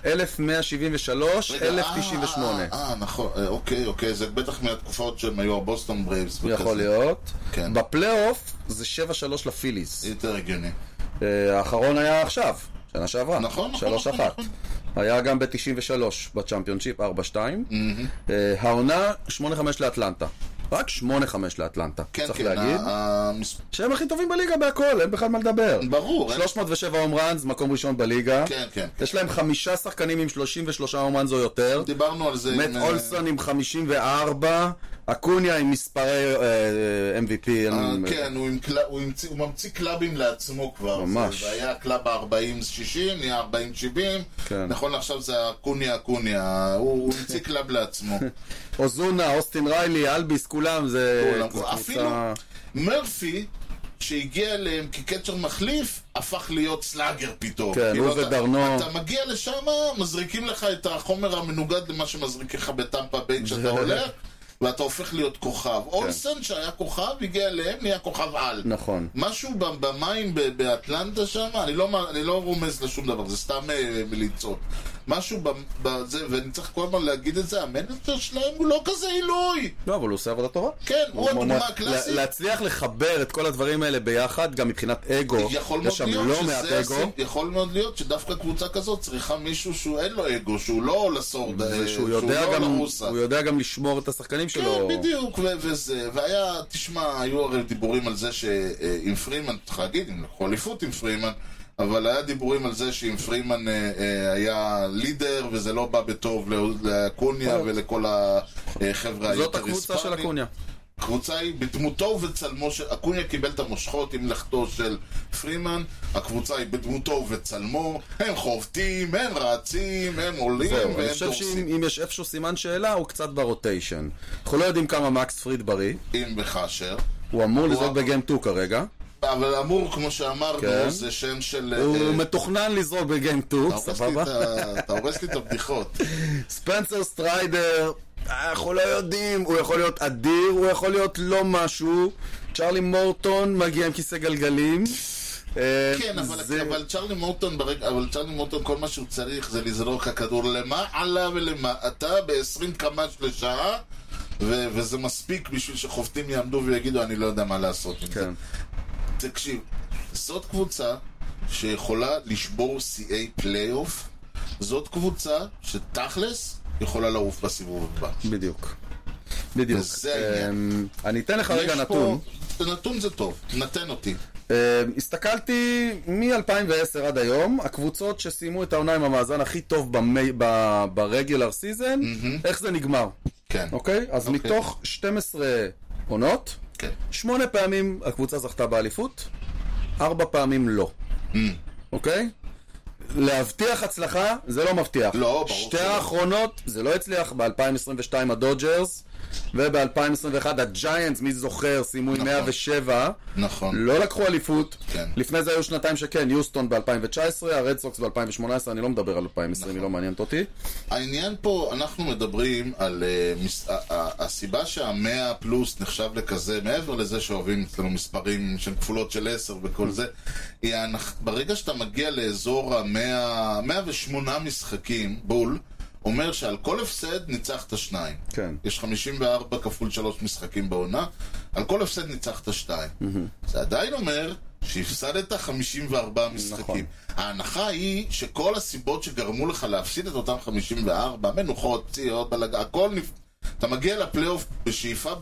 1173, 1098. נכון, אוקיי, זה בטח מהתקופות שהם היו הבוסטון ברייבס. יכול להיות. בפלייאוף זה 7-3 לפיליז. יותר הגיוני. האחרון היה עכשיו, שנה שעברה. נכון. 3-1. היה גם ב-93 בצ'אמפיונשיפ 4-2. העונה 8-5 לאטלנטה. רק 8-5 לאטלנטה, צריך להגיד. שהם הכי טובים בליגה בהכל, אין בכלל מה לדבר. ברור. 307 הומרנס, מקום ראשון בליגה. כן. יש להם 5 שחקנים עם 33 הומרנס או יותר. דיברנו על זה. מט אולסון עם 54, אקוניה עם מספרי MVP. כן, הוא ממציא קלאבים לעצמו כבר. ממש. זה היה קלאב ה-40-60, נהיה 40-70. נכון, עכשיו זה אקוניה. הוא ממציא קלאב לעצמו. אוזונה, אוסטין ריילי, אלביס, כולם זה... אפילו מרפי שהגיע אליהם כקצ'ר מחליף הפך להיות סלאגר פתאום. כן, הוא ודרנו. אתה מגיע לשם, מזריקים לך את החומר המנוגד למה שמזריק לך בטמפה ביי כשאתה הולך, ואתה הופך להיות כוכב. אולסן שהיה כוכב, הגיע אליהם, נהיה כוכב על. נכון. משהו במים באטלנטה שם, אני לא רומז לשום דבר, זה סתם מליצות. משהו בזה, ואני צריך כל הזמן להגיד את זה, המנג'ר שלהם הוא לא כזה עילוי. לא, אבל הוא עושה עבודה טובה. כן, הוא הדוגמה הקלאסית. להצליח לחבר את כל הדברים האלה ביחד, גם מבחינת אגו, יש שם לא מעט אגו. יכול מאוד להיות שדווקא קבוצה כזאת צריכה מישהו שאין לו אגו, שהוא לא לסורד, שהוא לא לרוסה. הוא יודע גם לשמור את השחקנים שלו. כן, בדיוק, וזה. והיה, תשמע, היו הרי דיבורים על זה שעם פרימן, צריך להגיד, עם חוליפות עם פרימן, אבל היה דיבורים על זה שאם פרימן היה לידר וזה לא בא בטוב לקוניה ולכל החבר'ה זאת הקבוצה של הקוניה. הקבוצה היא בדמותו ובצלמו הקוניה קיבל את המושכות עם לכתו של פרימן, הקבוצה היא בדמותו ובצלמו, הם חובטים, הם רצים, הם עולים והם דורסים. אני חושב שאם יש איפשהו סימן שאלה הוא קצת ברוטיישן. אנחנו לא יודעים כמה מקס פריד בריא. אם בחשר. הוא אמור לזרוק בגיים 2 כרגע. אבל אמור, כמו שאמרנו, זה שם של... הוא מתוכנן לזרוק בגיים 2, סבבה? אתה הורס לי את הבדיחות. ספנסר סטריידר, אנחנו לא יודעים, הוא יכול להיות אדיר, הוא יכול להיות לא משהו. צ'רלי מורטון מגיע עם כיסא גלגלים. כן, אבל צ'רלי מורטון, כל מה שהוא צריך זה לזרוק הכדור למעלה ולמטה ב-20 קמ"ש לשעה, וזה מספיק בשביל שחובטים יעמדו ויגידו, אני לא יודע מה לעשות עם זה. תקשיב, זאת קבוצה שיכולה לשבור CA פלייאוף, זאת קבוצה שתכלס יכולה לעוף בסיבוב הבא. בדיוק. בדיוק. וזה העניין. אני אתן לך רגע נתון. נתון זה טוב, נתן אותי. הסתכלתי מ-2010 עד היום, הקבוצות שסיימו את העונה עם המאזן הכי טוב ברגולר סיזן, איך זה נגמר. כן. אוקיי? אז מתוך 12 עונות, 8 פעמים הקבוצה זכתה באליפות, 4 פעמים לא. אוקיי? להבטיח הצלחה, זה לא מבטיח. לא, ברור. שתי האחרונות, זה לא הצליח, ב-2022 הדודג'רס, וב-2021 הג'יינטס, מי זוכר, סיימו עם 107. נכון. לא לקחו אליפות. כן. לפני זה היו שנתיים שכן, יוסטון ב-2019, הרד סוקס ב-2018, אני לא מדבר על 2020, היא לא מעניינת אותי. העניין פה, אנחנו מדברים על הסיבה שה100 פלוס נחשב לכזה, מעבר לזה שאוהבים אצלנו מספרים של כפולות של 10 וכל זה, ברגע שאתה מגיע לאזור ה-108 משחקים, בול, אומר שעל כל הפסד ניצחת 2. כן. יש 54 כפול 3 משחקים בעונה, על כל הפסד ניצחת 2. זה עדיין אומר שהפסדת 54 משחקים. נכון. ההנחה היא שכל הסיבות שגרמו לך להפסיד את אותם 54, מנוחות, פציעות, הכל אתה מגיע לפלייאוף בשאיפה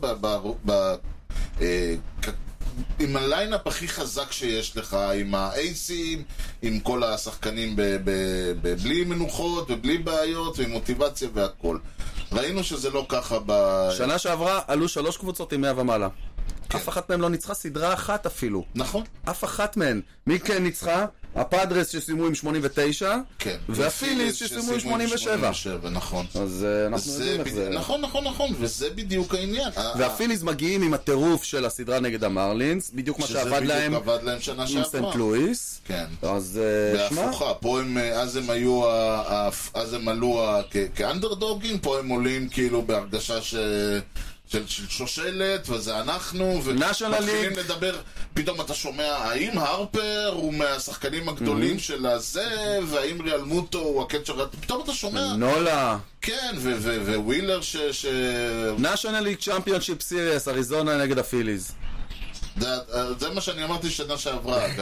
עם הליינאפ הכי חזק שיש לך, עם האייסים, עם כל השחקנים בלי מנוחות ובלי בעיות ועם מוטיבציה והכל. ראינו שזה לא ככה שנה שעברה עלו 3 קבוצות עם 100 ומעלה. כן. אף אחת מהם לא ניצחה סדרה אחת אפילו. נכון. אף אחת מהן. מי כן ניצחה? הפאדרס שסיימו עם 89, כן. והפיליס שסיימו עם 87. נכון. אז אנחנו יודעים איך זה. נכון, וזה בדיוק העניין. והפיליס מגיעים עם הטירוף של הסדרה נגד המרלינס, בדיוק מה שעבד להם שנה עם שעברה. סנט לואיס. כן. אז שמע. בהפוכה, פה אז הם עלו כאנדרדוגים, פה הם עולים כאילו בהרגשה של שושלת, וזה אנחנו, ומתחילים לדבר, פתאום אתה שומע, האם הרפר הוא מהשחקנים הגדולים של הזה, והאם ריאל מוטו הוא הקצ'ר, פתאום אתה שומע, נולה. כן, ווילר National League Championship Series, אריזונה נגד הפיליז. זה מה שאני אמרתי שנה שעברה, אגב.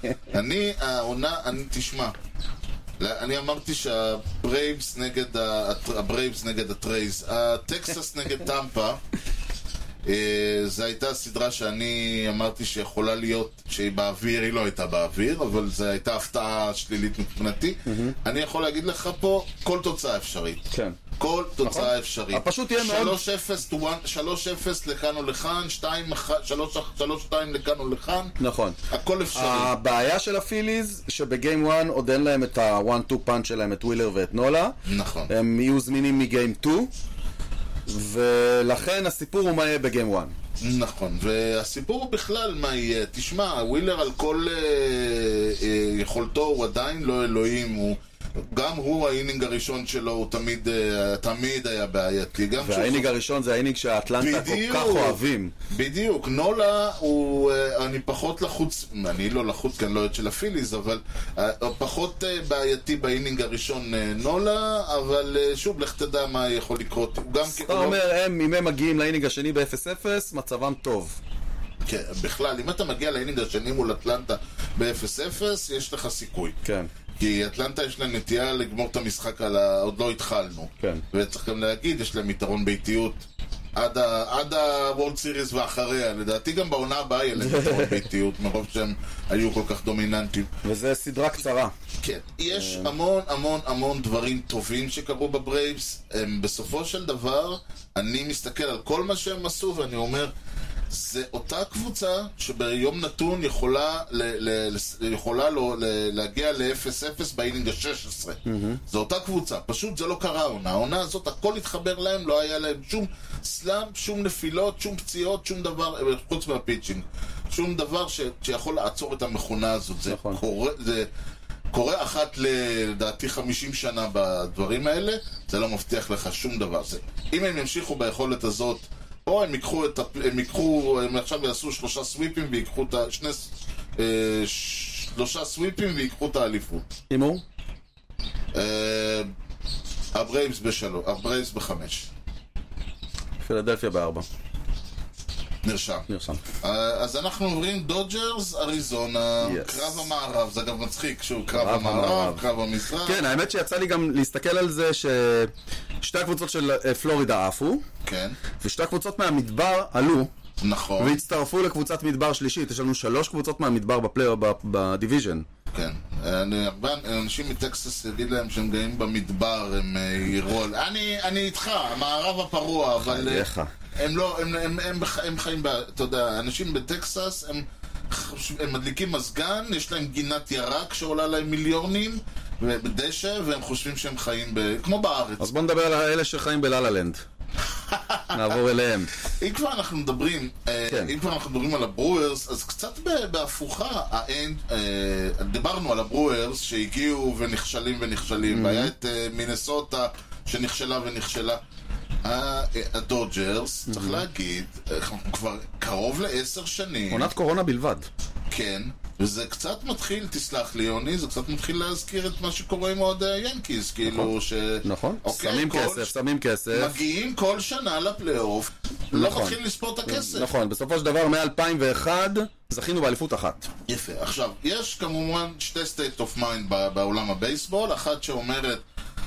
תשמע, אני אמרתי שהברייבס נגד הטרייז, הטקסס נגד טמפה, זו הייתה סדרה שאני אמרתי שיכולה להיות, שהיא באוויר, היא לא הייתה באוויר, אבל זו הייתה הפתעה שלילית מבחינתי. אני יכול להגיד לך פה, כל תוצאה אפשרית. כן. כל תוצאה אפשרית. פשוט יהיה מאוד 3-0 לכאן או לכאן, 3-2 לכאן או לכאן. נכון. הכל אפשרי. הבעיה של הפיליז, שבגיים 1 עוד אין להם את ה-1-2 פאנץ' שלהם, את ווילר ואת נולה. נכון. הם יהיו זמינים מגיים 2, ולכן הסיפור הוא מה יהיה בגיים 1. נכון, והסיפור הוא בכלל מה יהיה. תשמע, ווילר על כל יכולתו הוא עדיין לא אלוהים, גם הוא, האינינג הראשון שלו הוא תמיד היה בעייתי. והאינינג הראשון זה האינינג שהאטלנטה כל כך אוהבים. בדיוק, נולה הוא, אני פחות לחוץ, אני לא לחוץ כאן, לא יודעת של הפיליז, אבל פחות בעייתי באינינג הראשון נולה, אבל שוב, לך תדע מה יכול לקרות. אתה אומר, אם הם מגיעים לאינינג השני ב-0-0, מצבם טוב. כן, בכלל, אם אתה מגיע לאינינג השני מול אטלנטה ב-0-0, יש לך סיכוי. כן. כי אטלנטה יש להם נטייה לגמור את המשחק עוד לא התחלנו. כן. וצריך גם להגיד, יש להם יתרון ביתיות עד הוולד סיריס ואחריה. לדעתי גם בעונה הבאה יהיה להם יתרון ביתיות, מרוב שהם היו כל כך דומיננטיים. וזה סדרה קצרה. כן. יש המון דברים טובים שקרו בברייבס. בסופו של דבר, אני מסתכל על כל מה שהם עשו ואני אומר, זה אותה קבוצה שביום נתון יכולה להגיע ל-0-0 באינינג ה-16. זו אותה קבוצה, פשוט זה לא קרה העונה. העונה הזאת, הכל התחבר להם, לא היה להם שום סלאם, שום נפילות, שום פציעות, שום דבר, חוץ מהפיצ'ינג. שום דבר שיכול לעצור את המכונה הזאת. זה קורה אחת לדעתי 50 שנה בדברים האלה, זה לא מבטיח לך שום דבר. אם הם ימשיכו ביכולת הזאת, או הם עכשיו יעשו 3 סוויפים ויקחו את שלושה סוויפים ויקחו את האליפות. אימור? הברייבס ב5. פילדלפיה ב4. נרשם. אז אנחנו עוברים דודג'רס, אריזונה, קרב המערב, זה גם מצחיק שהוא קרב המערב, קרב המזרח. כן, האמת שיצא לי גם להסתכל על זה שתי הקבוצות של פלורידה עפו, כן, ושתי הקבוצות מהמדבר עלו, נכון. והצטרפו לקבוצת מדבר שלישית. יש לנו 3 קבוצות מהמדבר בפלייאוף בדיוויז'ן. כן. הרבה אנשים מטקסס יגיד להם שהם גאים במדבר, הם יראו... אני איתך, המערב הפרוע, אבל... חייך. הם לא, הם חיים אתה יודע, אנשים בטקסס, הם מדליקים מזגן, יש להם גינת ירק שעולה להם מיליונים בדשא, והם חושבים שהם חיים כמו בארץ. אז בוא נדבר על אלה שחיים בללה-לנד. נעבור אליהם. אם כבר אנחנו מדברים על הברוארס, אז קצת בהפוכה, דיברנו על הברוארס שהגיעו ונכשלים, והיה את מינסוטה שנכשלה ונכשלה. הדודג'רס, צריך להגיד, כבר קרוב ל10 שנים. עונת קורונה בלבד. כן, וזה קצת מתחיל, תסלח לי יוני, זה קצת מתחיל להזכיר את מה שקורה עם עוד ינקיז, כאילו ש... נכון, שמים כסף. מגיעים כל שנה לפלייאוף, לא מתחיל לספור את הכסף. נכון, בסופו של דבר מ-2001 זכינו באליפות אחת. יפה, עכשיו, יש כמובן 2 state of mind בעולם הבייסבול, אחת שאומרת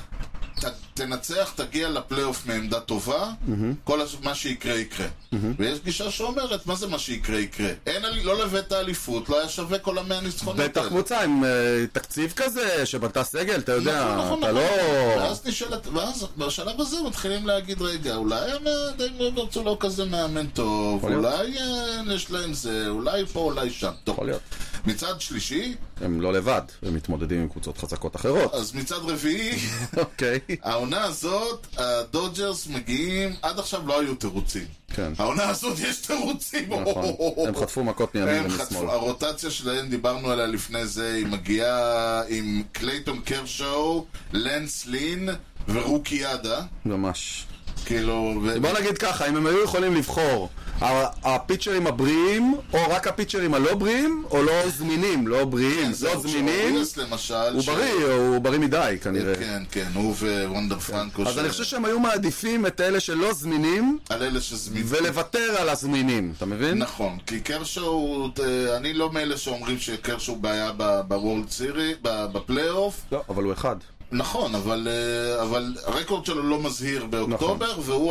תנצח, תגיע לפלייאוף מעמדה טובה, כל מה שיקרה יקרה. ויש גישה שאומרת, מה זה מה שיקרה יקרה? לא לבית האליפות, לא היה שווה כל 100 ניצחונות. בטח קבוצה עם תקציב כזה, שבנתה סגל, אתה יודע, אתה לא... ואז בשלב הזה מתחילים להגיד, רגע, אולי הם רצו לא כזה מאמן טוב, אולי יש להם זה, אולי פה, אולי שם. יכול להיות. מצד שלישי... הם לא לבד, הם מתמודדים עם קבוצות חזקות אחרות. אז מצד רביעי... אוקיי. העונה הזאת, הדודג'רס מגיעים, עד עכשיו לא היו תירוצים. כן. העונה הזאת יש תירוצים. נכון. הם חטפו מכות מימין ומשמאל. הרוטציה שלהם, דיברנו עליה לפני זה, היא מגיעה עם קלייטון קרשו, לנס לין ורוקי ידה. ממש. כאילו... בוא נגיד ככה, אם הם היו יכולים לבחור הפיצ'רים הבריאים, או רק הפיצ'רים הלא בריאים, או לא זמינים, לא בריאים, לא זמינים, הוא בריא, הוא בריא מדי כנראה. כן, כן, הוא ווונדר פרנקו. אז אני חושב שהם היו מעדיפים את אלה שלא זמינים, על אלה שזמינים, ולוותר על הזמינים, אתה מבין? נכון, כי קרשו, אני לא מאלה שאומרים שקרשו בעיה בוורלד סירי, בפלייאוף. לא, אבל הוא אחד. נכון, אבל הרקורד שלו לא מזהיר באוקטובר, והוא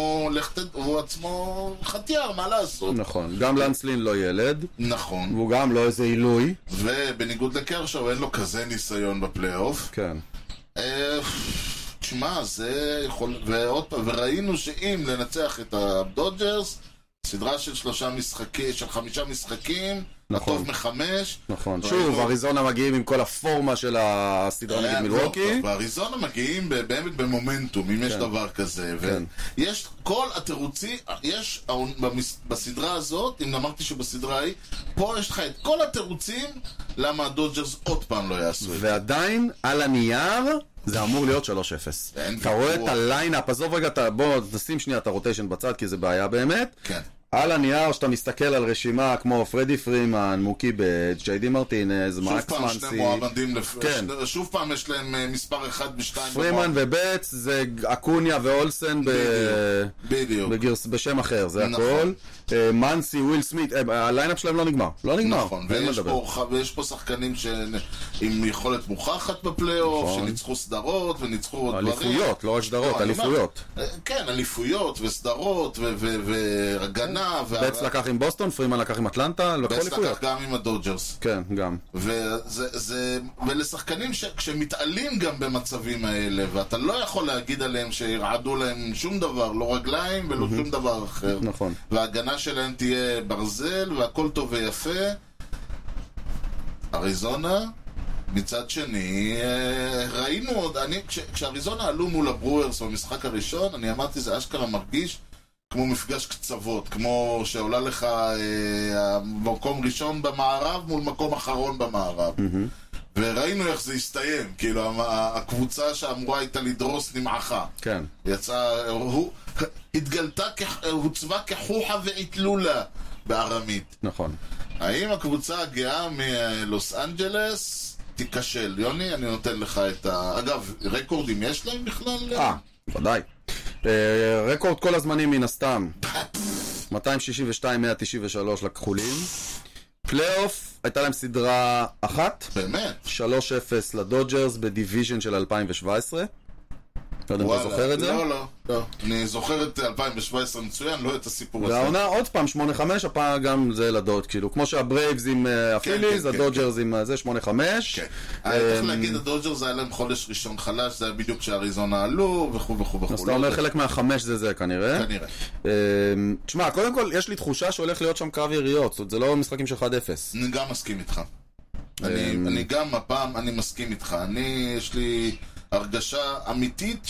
עצמו חתיאר, מה לעשות? נכון, גם לנסלין לא ילד. נכון. והוא גם לא איזה עילוי. ובניגוד לקרשו, אין לו כזה ניסיון בפלייאוף. כן. תשמע, זה יכול... ועוד פעם, וראינו שאם לנצח את הדודג'רס, סדרה של 5 משחקים, נכון. טוב מ5. נכון. שוב, אריזונה מגיעים עם כל הפורמה של הסדרה נגד מילווקי. ואריזונה מגיעים באמת במומנטום, אם יש דבר כזה. ויש כל התירוצי, יש בסדרה הזאת, אם אמרתי שבסדרה ההיא, פה יש לך את כל התירוצים למה הדודג'רס עוד פעם לא יעשו את זה. ועדיין, על הנייר, זה אמור להיות 3-0. אתה רואה את הליינאפ, עזוב רגע, בוא נשים שנייה את הרוטיישן בצד, כי זה בעיה באמת. כן. על הנייר, שאתה מסתכל על רשימה כמו פרדי פרימן, מוקי בט, ג'יי די מרטינז, מקס מנסי. שוב פעם יש להם מספר 1 ב-2. פרימן ובט זה אקוניה ואולסן בשם אחר, זה הכל. מנסי, וויל סמית, הליינאפ שלהם לא נגמר. לא נגמר. נכון, ויש פה שחקנים עם יכולת מוכחת בפלייאוף, שניצחו סדרות וניצחו עוד דברים. אליפויות, לא רק סדרות, אליפויות. כן, אליפויות וסדרות והגנה. בץ לקח עם בוסטון, פרימן לקח עם אטלנטה, בץ לקח גם עם הדודג'רס. כן, גם. ולשחקנים שמתעלים גם במצבים האלה, ואתה לא יכול להגיד עליהם שירעדו להם שום דבר, לא רגליים ולא שום דבר אחר. נכון. וההגנה שלהם תהיה ברזל, והכל טוב ויפה. אריזונה, מצד שני, ראינו עוד, כשאריזונה עלו מול הברוארס במשחק הראשון, אני אמרתי, זה אשכרה מרגיש כמו מפגש קצוות, כמו שעולה לך מקום ראשון במערב מול מקום אחרון במערב. וראינו איך זה הסתיים, כאילו הקבוצה שאמורה הייתה לדרוס נמעכה. כן. הוצבה כחוחה ועטלולה בארמית. נכון. האם הקבוצה הגאה מלוס אנג'לס תיכשל? יוני, אני נותן לך את אגב, רקורדים יש להם בכלל? ודאי. רקורד כל הזמנים מן הסתם 262-193 לכחולים. פלייאוף הייתה להם סדרה אחת, באמת 3-0 לדודג'רס בדיוויז'ן של 2017. לא יודע אם אתה זוכר את זה? לא. אני זוכר את 2017 מצוין, לא את הסיפור הזה. והעונה עוד פעם 8-5, הפעם גם זה לדוד, כאילו, כמו שהברייבס עם הפיליז, הדודג'רס עם זה 8-5. כן. צריך להגיד, הדודג'רס היה להם חודש ראשון חלש, זה היה בדיוק כשאריזונה עלו, וכו' וכו' וכו'. אז אתה אומר חלק מה-5 זה כנראה. תשמע, קודם כל, יש לי תחושה שהולך להיות שם קרב יריות, זאת אומרת, זה לא משחקים של 1-0. אני גם מסכים איתך. אני גם הפעם, אני מסכים איתך. יש לי הרגשה אמיתית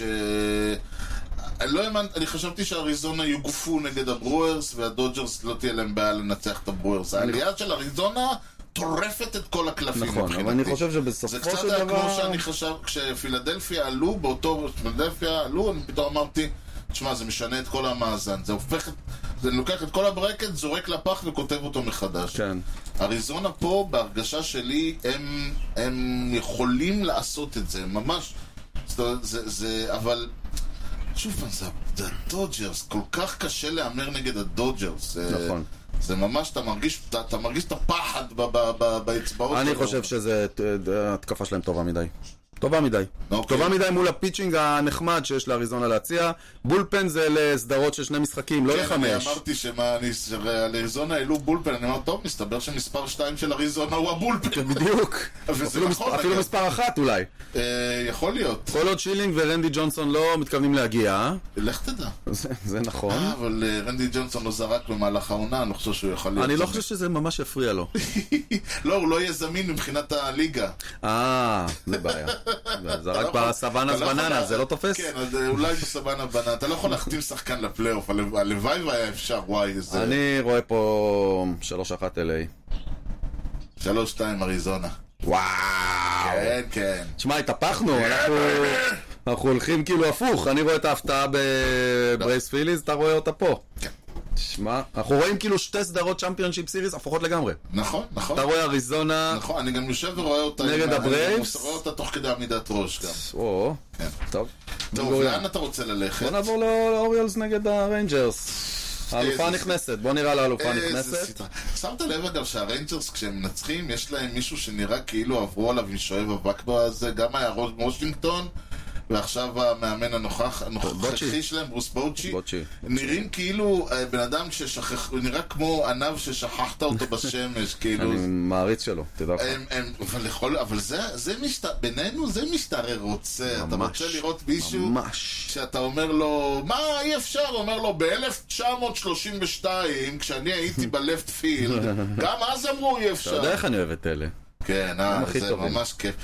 אני חשבתי שאריזונה יוגפו נגד הברוארס, והדודג'רס לא תהיה להם בעיה לנצח את הברוארס. העלייה של אריזונה טורפת את כל הקלפים מבחינתי. נכון, אבל אני חושב שבסופו של דבר... זה קצת היה כמו שאני חשב, כשפילדלפיה עלו, אני פתאום אמרתי, תשמע, זה משנה את כל המאזן. זה לוקח את כל הברקט, זורק לפח וכותב אותו מחדש. כן. אריזונה פה, בהרגשה שלי, הם יכולים לעשות את זה, ממש. אבל... שוב פעם, זה הדודג'רס, כל כך קשה לאמר נגד הדודג'רס. נכון. זה ממש, אתה מרגיש את הפחד באצבעות. אני חושב שזה, התקפה שלהם טובה מדי. טובה מדי. טובה מדי מול הפיצ'ינג הנחמד שיש לאריזונה להציע. בולפן זה לסדרות של 2 משחקים, לא ל5. כן, אני אמרתי שעל אריזונה העלו בולפן, אני אומר, טוב, מסתבר שמספר 2 של אריזונה הוא הבולפן. בדיוק. אפילו מספר 1 אולי. יכול להיות. כל עוד שילינג ורנדי ג'ונסון לא מתכוונים להגיע. לך תדע. זה נכון. אבל רנדי ג'ונסון לא זרק במהלך העונה, אני חושב שהוא יכול להיות. אני לא חושב שזה ממש יפריע לו. לא, הוא לא יהיה זמין מבחינת הליגה. זה בעיה. זה רק בסוואנה בננה, זה לא תופס? כן, אז אולי בסוואנה בננה. אתה לא יכול להחתים שחקן לפלייאוף, הלוואי והיה אפשר, וואי, איזה... אני רואה פה 3-1 LA. 3-2 אריזונה. וואו. כן, כן. תשמע, התהפכנו, אנחנו הולכים כאילו הפוך. אני רואה את ההפתעה בברייס פיליז, אתה רואה אותה פה. כן. תשמע, אנחנו רואים כאילו 2 סדרות צ'מפיונשיפ סיריס הפוכות לגמרי. נכון, נכון. אתה רואה אריזונה... נכון, אני גם יושב ורואה אותה... נגד הברייבס. אני רואה אותה תוך כדי עמידת ראש גם. כן. טוב. טוב, לאן אתה רוצה ללכת? בוא נעבור לאוריולס נגד הריינג'רס. האלופה נכנסת, בוא נראה לאלופה נכנסת. שמת לב אגב שהריינג'רס כשהם מנצחים, יש להם מישהו שנראה כאילו עברו עליו עם שואב אבק בזה, גם היה וושינגטון, ועכשיו המאמן הנוכחי שלהם, ברוס בוצ'י, נראים כאילו בן אדם ששכח, הוא נראה כמו ענב ששכחת אותו בשמש, כאילו. אני מעריץ שלו, תדע לך. אבל זה בינינו זה משתרר רוצה, אתה רוצה לראות מישהו שאתה אומר לו, מה אי אפשר? הוא אומר לו, ב-1932, כשאני הייתי בלפט פילד, גם אז אמרו אי אפשר. אתה יודע איך אני אוהב את אלה. כן, זה ממש כיף.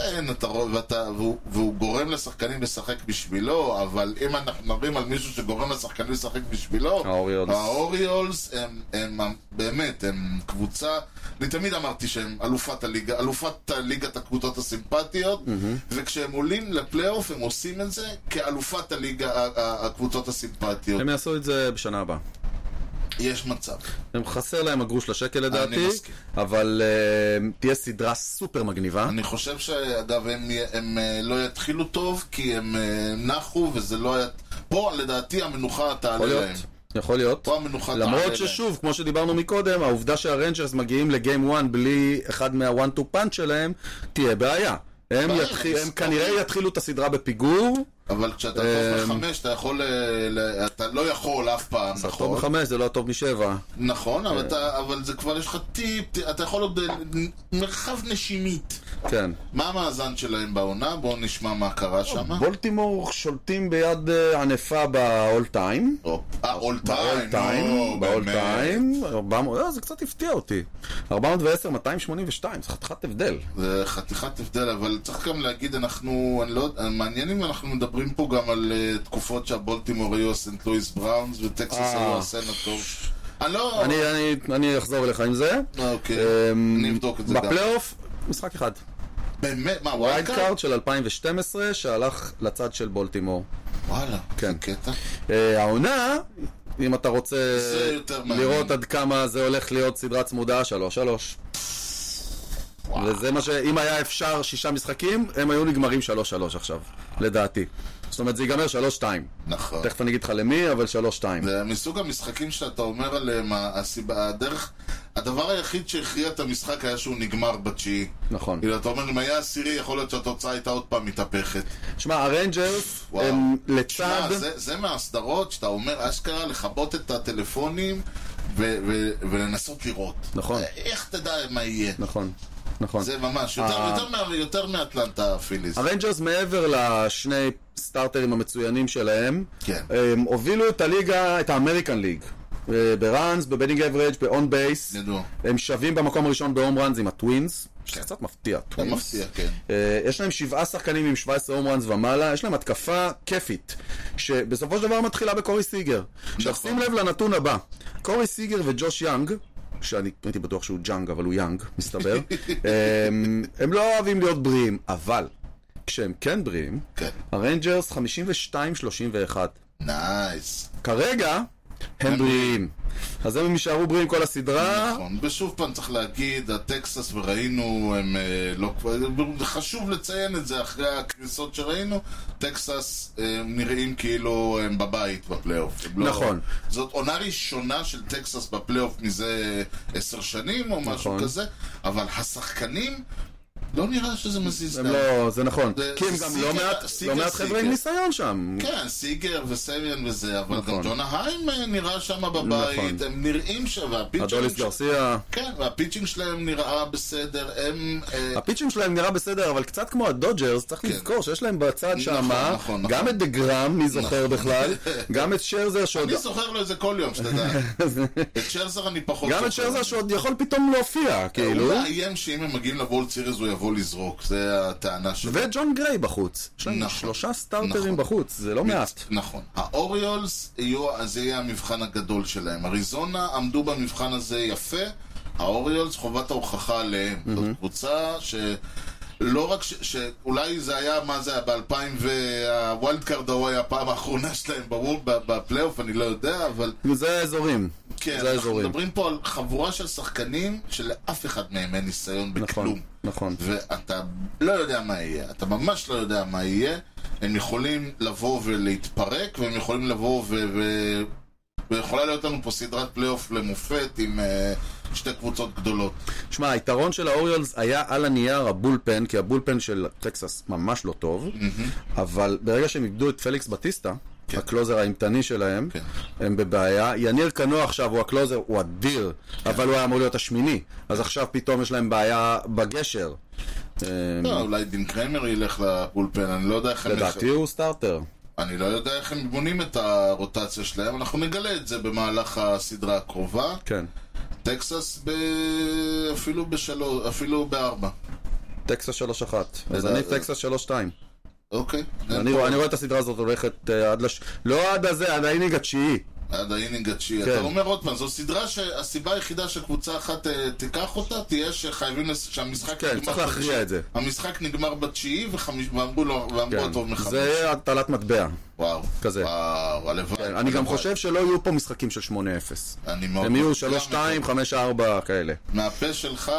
והוא גורם לשחקנים לשחק בשבילו, אבל אם אנחנו מדברים על מישהו שגורם לשחקנים לשחק בשבילו, האוריולס הם באמת, הם קבוצה, אני תמיד אמרתי שהם אלופת ליגת הקבוצות הסימפטיות, וכשהם עולים לפלייאוף הם עושים את זה כאלופת הקבוצות הסימפטיות. הם יעשו את זה בשנה הבאה. יש מצב. הם חסר להם הגרוש לשקל לדעתי, אבל תהיה סדרה סופר מגניבה. אני חושב שאגב הם לא יתחילו טוב כי הם נחו וזה לא היה... פה לדעתי המנוחה תעלה להם. יכול להיות. למרות ששוב, כמו שדיברנו מקודם, העובדה שהרנג'רס מגיעים לגיים 1 בלי אחד מה-1-2 punch שלהם, תהיה בעיה. הם כנראה יתחילו את הסדרה בפיגור. אבל כשאתה טוב מ5, אתה לא יכול אף פעם, נכון? טוב מ5 זה לא טוב מ7. נכון, אבל זה כבר יש לך טיפ, אתה יכול עוד מרחב נשימית. כן. מה המאזן שלהם בעונה? בואו נשמע מה קרה שם. בולטימור שולטים ביד ענפה באול טיים. אול טיים. באול טיים. זה קצת הפתיע אותי. 410, 282, זה חתיכת הבדל. זה חתיכת הבדל, אבל צריך גם להגיד, מעניין אם אנחנו מדברים פה גם על תקופות שהבולטימור היו סנט לואיס בראונס וטקסס היו הסנטור. אני אחזור אליך עם זה. אוקיי, אני אבדוק את זה גם. בפלייאוף, משחק אחד. באמת? מה, ווילד קארד של 2012 שהלך לצד של בולטימור. וואלה, כן. זה קטע. העונה, אם אתה רוצה לראות עד כמה זה הולך להיות סדרה צמודה, 3-3. וזה מה שאם היה אפשר 6 משחקים, הם היו נגמרים 3-3 עכשיו, לדעתי. זאת אומרת, זה ייגמר 3-2. נכון. תכף אני אגיד לך למי, אבל 3-2. זה מסוג המשחקים שאתה אומר עליהם, הדבר היחיד שהכריע את המשחק היה שהוא נגמר בתשיעי. נכון. כאילו, אתה אומר, אם היה עשירי, יכול להיות שהתוצאה הייתה עוד פעם מתהפכת. שמע, הריינג'רס הם לצד... שמע, זה מהסדרות שאתה אומר, אשכרה לכבות את הטלפונים ולנסות לראות. נכון. איך תדע מה יהיה? נכון. נכון. זה ממש, יותר מאטלנטה פיליז. הריינג'רס מעבר לשני סטארטרים המצוינים שלהם, כן. הם הובילו את הליגה, את האמריקן ליג. בראנס, בבטינג אברג', באון בייס. ידוע. הם שווים במקום הראשון בהום ראנס עם הטווינס. שקצת מפתיע, טווינס. מפתיע, כן. יש להם 7 שחקנים עם 17 הום ראנס ומעלה. יש להם התקפה כיפית, שבסופו של דבר מתחילה בקורי סיגר. עכשיו שים לב לנתון הבא. קורי סיגר וג'וש יאנג, שאני הייתי בטוח שהוא ג'אנג, אבל הוא יאנג, מסתבר. הם לא אוהבים להיות בריאים, אבל כשהם כן בריאים, הריינג'רס 52-31. נייס. כרגע הם בריאים. אז הם יישארו בריאים כל הסדרה. נכון, ושוב פעם צריך להגיד, הטקסס וראינו, הם לא... חשוב לציין את זה אחרי הכניסות שראינו, טקסס נראים כאילו הם בבית בפלייאוף. נכון. זאת עונה ראשונה של טקסס בפלייאוף מזה 10 שנים או משהו כזה, אבל השחקנים... לא נראה שזה מזיז להם. לא, זה נכון. כי הם גם לא מעט חבר'ה עם ניסיון שם. כן, סיגר וסביאן וזה, אבל גם ג'ונה היים נראה שם בבית, הם נראים שם, אדוליס גרסיה. כן, והפיצ'ינג שלהם נראה בסדר, הפיצ'ינג שלהם נראה בסדר, אבל קצת כמו הדודג'רס, צריך לזכור שיש להם בצד שם, גם את דגרם, מי זוכר בכלל, גם את שרזר שעוד... אני זוכר לו איזה כל יום, שתדע. את שרזר אני פחות זוכר. גם את שרזר שעוד יכול פתאום להופיע, כאילו. הוא מאיים שאם הם מגיעים לוולד סיריז הוא יבוא לזרוק, זה הטענה שלו. וג'ון גריי בחוץ. יש להם 3 סטארטרים בחוץ, זה לא מעט. נכון. האוריולס זה יהיה המבחן הגדול שלהם. אריזונה עמדו במבחן הזה יפה, האוריולס חובת ההוכחה עליהם. זאת קבוצה לא רק שאולי זה היה, מה זה היה, ב-2000 והווילד קארד הוא היה הפעם האחרונה שלהם בפלייאוף, אני לא יודע, אבל... זה האזורים. כן, אנחנו מדברים פה על חבורה של שחקנים שלאף אחד מהם אין ניסיון בכלום. נכון. ואתה לא יודע מה יהיה, אתה ממש לא יודע מה יהיה. הם יכולים לבוא ולהתפרק, והם יכולים לבוא ויכולה להיות לנו פה סדרת פלייאוף למופת עם שתי קבוצות גדולות. שמע, היתרון של האוריולס היה על הנייר הבולפן, כי הבולפן של טקסס ממש לא טוב, אבל ברגע שהם איבדו את פליקס בטיסטה, הקלוזר האימתני שלהם, הם בבעיה. יניר קנו עכשיו, הוא הקלוזר, הוא אדיר, אבל הוא היה אמור להיות השמיני, אז עכשיו פתאום יש להם בעיה בגשר. לא, אולי דין קרמר ילך לבולפן, אני לא יודע איך הם... לדעתי הוא סטארטר. אני לא יודע איך הם בונים את הרוטציה שלהם, אנחנו נגלה את זה במהלך הסדרה הקרובה. כן. טקסס אפילו ב4. טקסס 3-1. אז אני טקסס 3-2. אוקיי. אני רואה את הסדרה הזאת הולכת עד לא עד הזה, עד האינינג התשיעי. עד האינינג התשיעי. אתה אומר עוד פעם, זו סדרה שהסיבה היחידה שקבוצה אחת תיקח אותה, תהיה שחייבים שהמשחק נגמר... כן, צריך להכריע את זה. המשחק נגמר בתשיעי ואמרו הטוב מחמש. זה הטלת מטבע. וואו. כזה. וואו, הלוואי. אני גם חושב שלא יהיו פה משחקים של 8-0. הם יהיו 3-2, 5-4 כאלה. מהפה שלך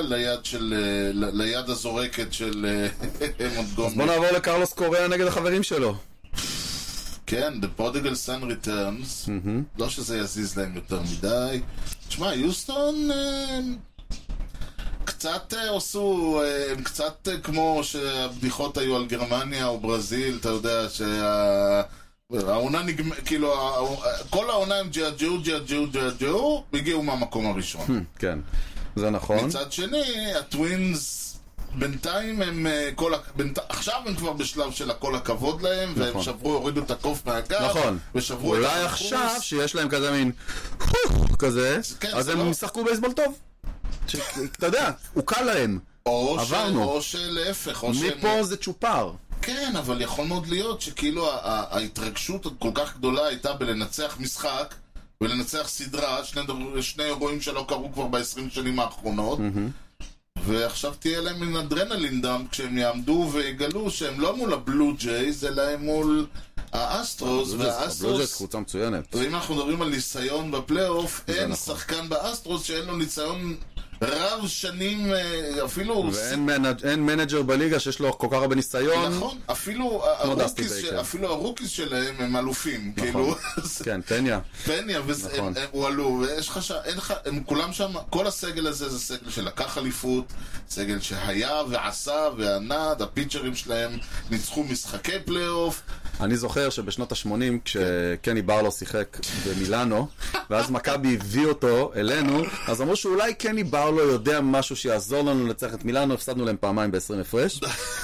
ליד הזורקת של מונטגומרי. אז בוא נעבור לקרלוס קוריאה נגד החברים שלו. כן, The Prodigal Son Returns. לא שזה יזיז להם יותר מדי. תשמע, יוסטון קצת עשו, הם קצת כמו שהבדיחות היו על גרמניה או ברזיל, אתה יודע שהעונה נגמר, כאילו כל העונה הם ג'יאג'ו, הגיעו מהמקום הראשון. כן, זה נכון. מצד שני, הטווינס בינתיים הם עכשיו הם כבר בשלב של הכל הכבוד להם, והם הורידו את הקוף מהגב, נכון. ושברו את אולי עכשיו שיש להם כזה מין כזה, אז הם משחקו בייסבול טוב. אתה יודע, הוא קל להם. או שלהפך, מפה זה צ'ופר. כן, אבל יכול מאוד להיות שכאילו ההתרגשות כל כך גדולה הייתה בלנצח משחק ולנצח סדרה, שני אירועים שלא קרו כבר ב-20 שנים האחרונות, ועכשיו תהיה להם מן אדרנלין דם כשהם יעמדו ויגלו שהם לא מול הבלו ג'ייז, אלא הם מול האסטרוס, הבלו ג'ייז קבוצה מצוינת. ואם אנחנו מדברים על ניסיון בפלייאוף, אין שחקן באסטרוס שאין לו ניסיון רב שנים, אפילו... ואין מנג'ר בליגה שיש לו כל כך הרבה ניסיון. נכון, אפילו הרוקיס שלהם הם אלופים, כאילו... כן, פניה. פניה, הוא עלו, ויש לך הם כולם שם, כל הסגל הזה זה סגל שלקח אליפות, סגל שהיה ועשה וענד, הפיצ'רים שלהם ניצחו משחקי פלייאוף. אני זוכר שבשנות ה-80, כשקני ברלו שיחק במילאנו, ואז מכבי הביא אותו אלינו, אז אמרו שאולי קני ברלו יודע משהו שיעזור לנו לצלח את מילאנו, הפסדנו להם פעמיים ב-20 הפרש.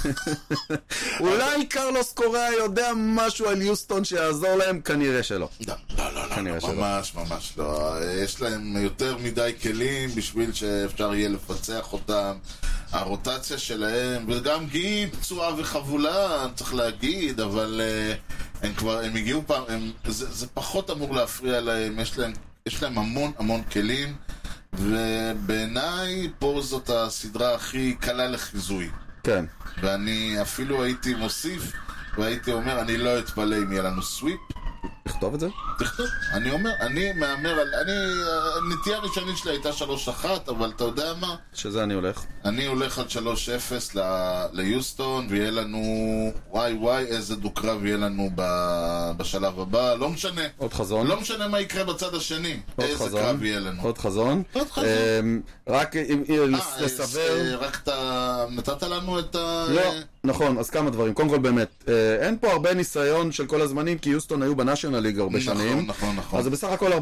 אולי קרלוס קוריאה יודע משהו על יוסטון שיעזור להם, כנראה שלא. לא, ממש לא. יש להם יותר מדי כלים בשביל שאפשר יהיה לפצח אותם. הרוטציה שלהם, וגם גיל פצועה וחבולה, צריך להגיד, אבל הם הגיעו פעם, זה פחות אמור להפריע להם, יש להם המון כלים, ובעיניי פה זאת הסדרה הכי קלה לחיזוי. כן. ואני אפילו הייתי מוסיף, והייתי אומר, אני לא אתפלא אם יהיה לנו סוויפ. תכתוב את זה? תכתוב. אני מאמר על... הנטייה הראשונית שלי הייתה 3-1, אבל אתה יודע מה? שזה אני הולך. אני הולך על 3-0 ליוסטון, ויהיה לנו... וואי, איזה דו-קרב יהיה לנו בשלב הבא. לא משנה. עוד חזון. לא משנה מה יקרה בצד השני. איזה קרב יהיה לנו. עוד חזון. רק אם לסבר... רק אתה... נתת לנו את ה... לא. נכון, אז כמה דברים. קודם כל באמת, אין פה הרבה ניסיון של כל הזמנים, כי יוסטון היו בנאשונל ליג הרבה שנים. נכון. אז זה בסך הכל 46-39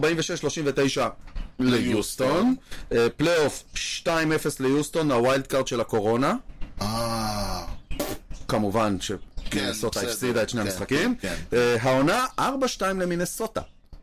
ליוסטון. פלייאוף 2-0 ליוסטון, הווילד קארד של הקורונה. כמובן שמינסוטה הפסידה את שני המשחקים. העונה 4-2 למינסוטה.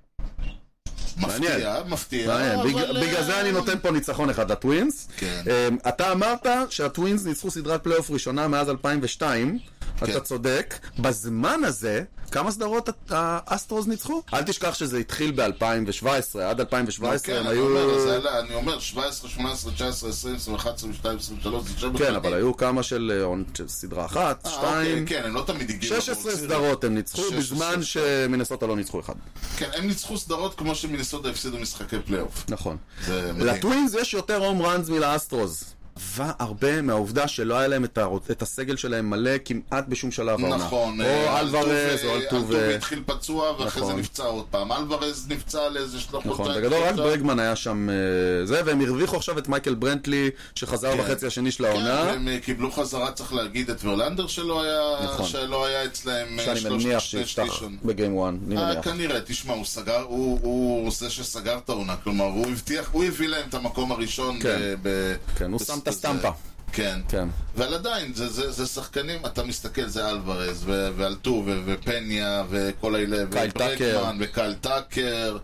מפתיע. בגלל זה אני נותן פה ניצחון אחד לטווינס. אתה אמרת שהטווינס ניצחו סדרת פלייאוף ראשונה מאז 2002. אתה צודק. בזמן הזה, כמה סדרות האסטרוס ניצחו? אל תשכח שזה התחיל ב-2017. עד 2017 הם היו... אני אומר, 17, 18, 19, 20, 21, 22, 23, כן, אבל היו כמה של סדרה אחת, שתיים... כן, הם לא תמיד הגיעו... 16 סדרות הם ניצחו, בזמן שמינסוטה לא ניצחו אחד. כן, הם ניצחו סדרות כמו שמינסוטה הפסידו משחקי פלייאוף. נכון. לטווינס יש יותר הום ראנס מלאסטרוס. והרבה מהעובדה שלא היה להם את הסגל שלהם מלא כמעט בשום שלב העונה. נכון. או אלוורז או אלטובי התחיל פצוע ואחרי זה נפצע עוד פעם. אלוורז נפצע לאיזה 3 חודשיים. נכון, בגדול רק ברגמן היה שם זה, והם הרוויחו עכשיו את מייקל ברנטלי שחזר בחצי השני של העונה. כן, והם קיבלו חזרה, צריך להגיד, את ורלנדר שלא היה אצלהם שאני מניח שיפתח בגיים 1. כנראה, תשמע, הוא זה שסגר את העונה, כלומר, הוא הביא להם את המקום הראשון. כן, הוא שם את הסטמפה. כן. אבל עדיין, זה שחקנים, אתה מסתכל, זה אלוורז, ואלטו, ופניה, וכל האלה, וברגמן, וקייל טאקר,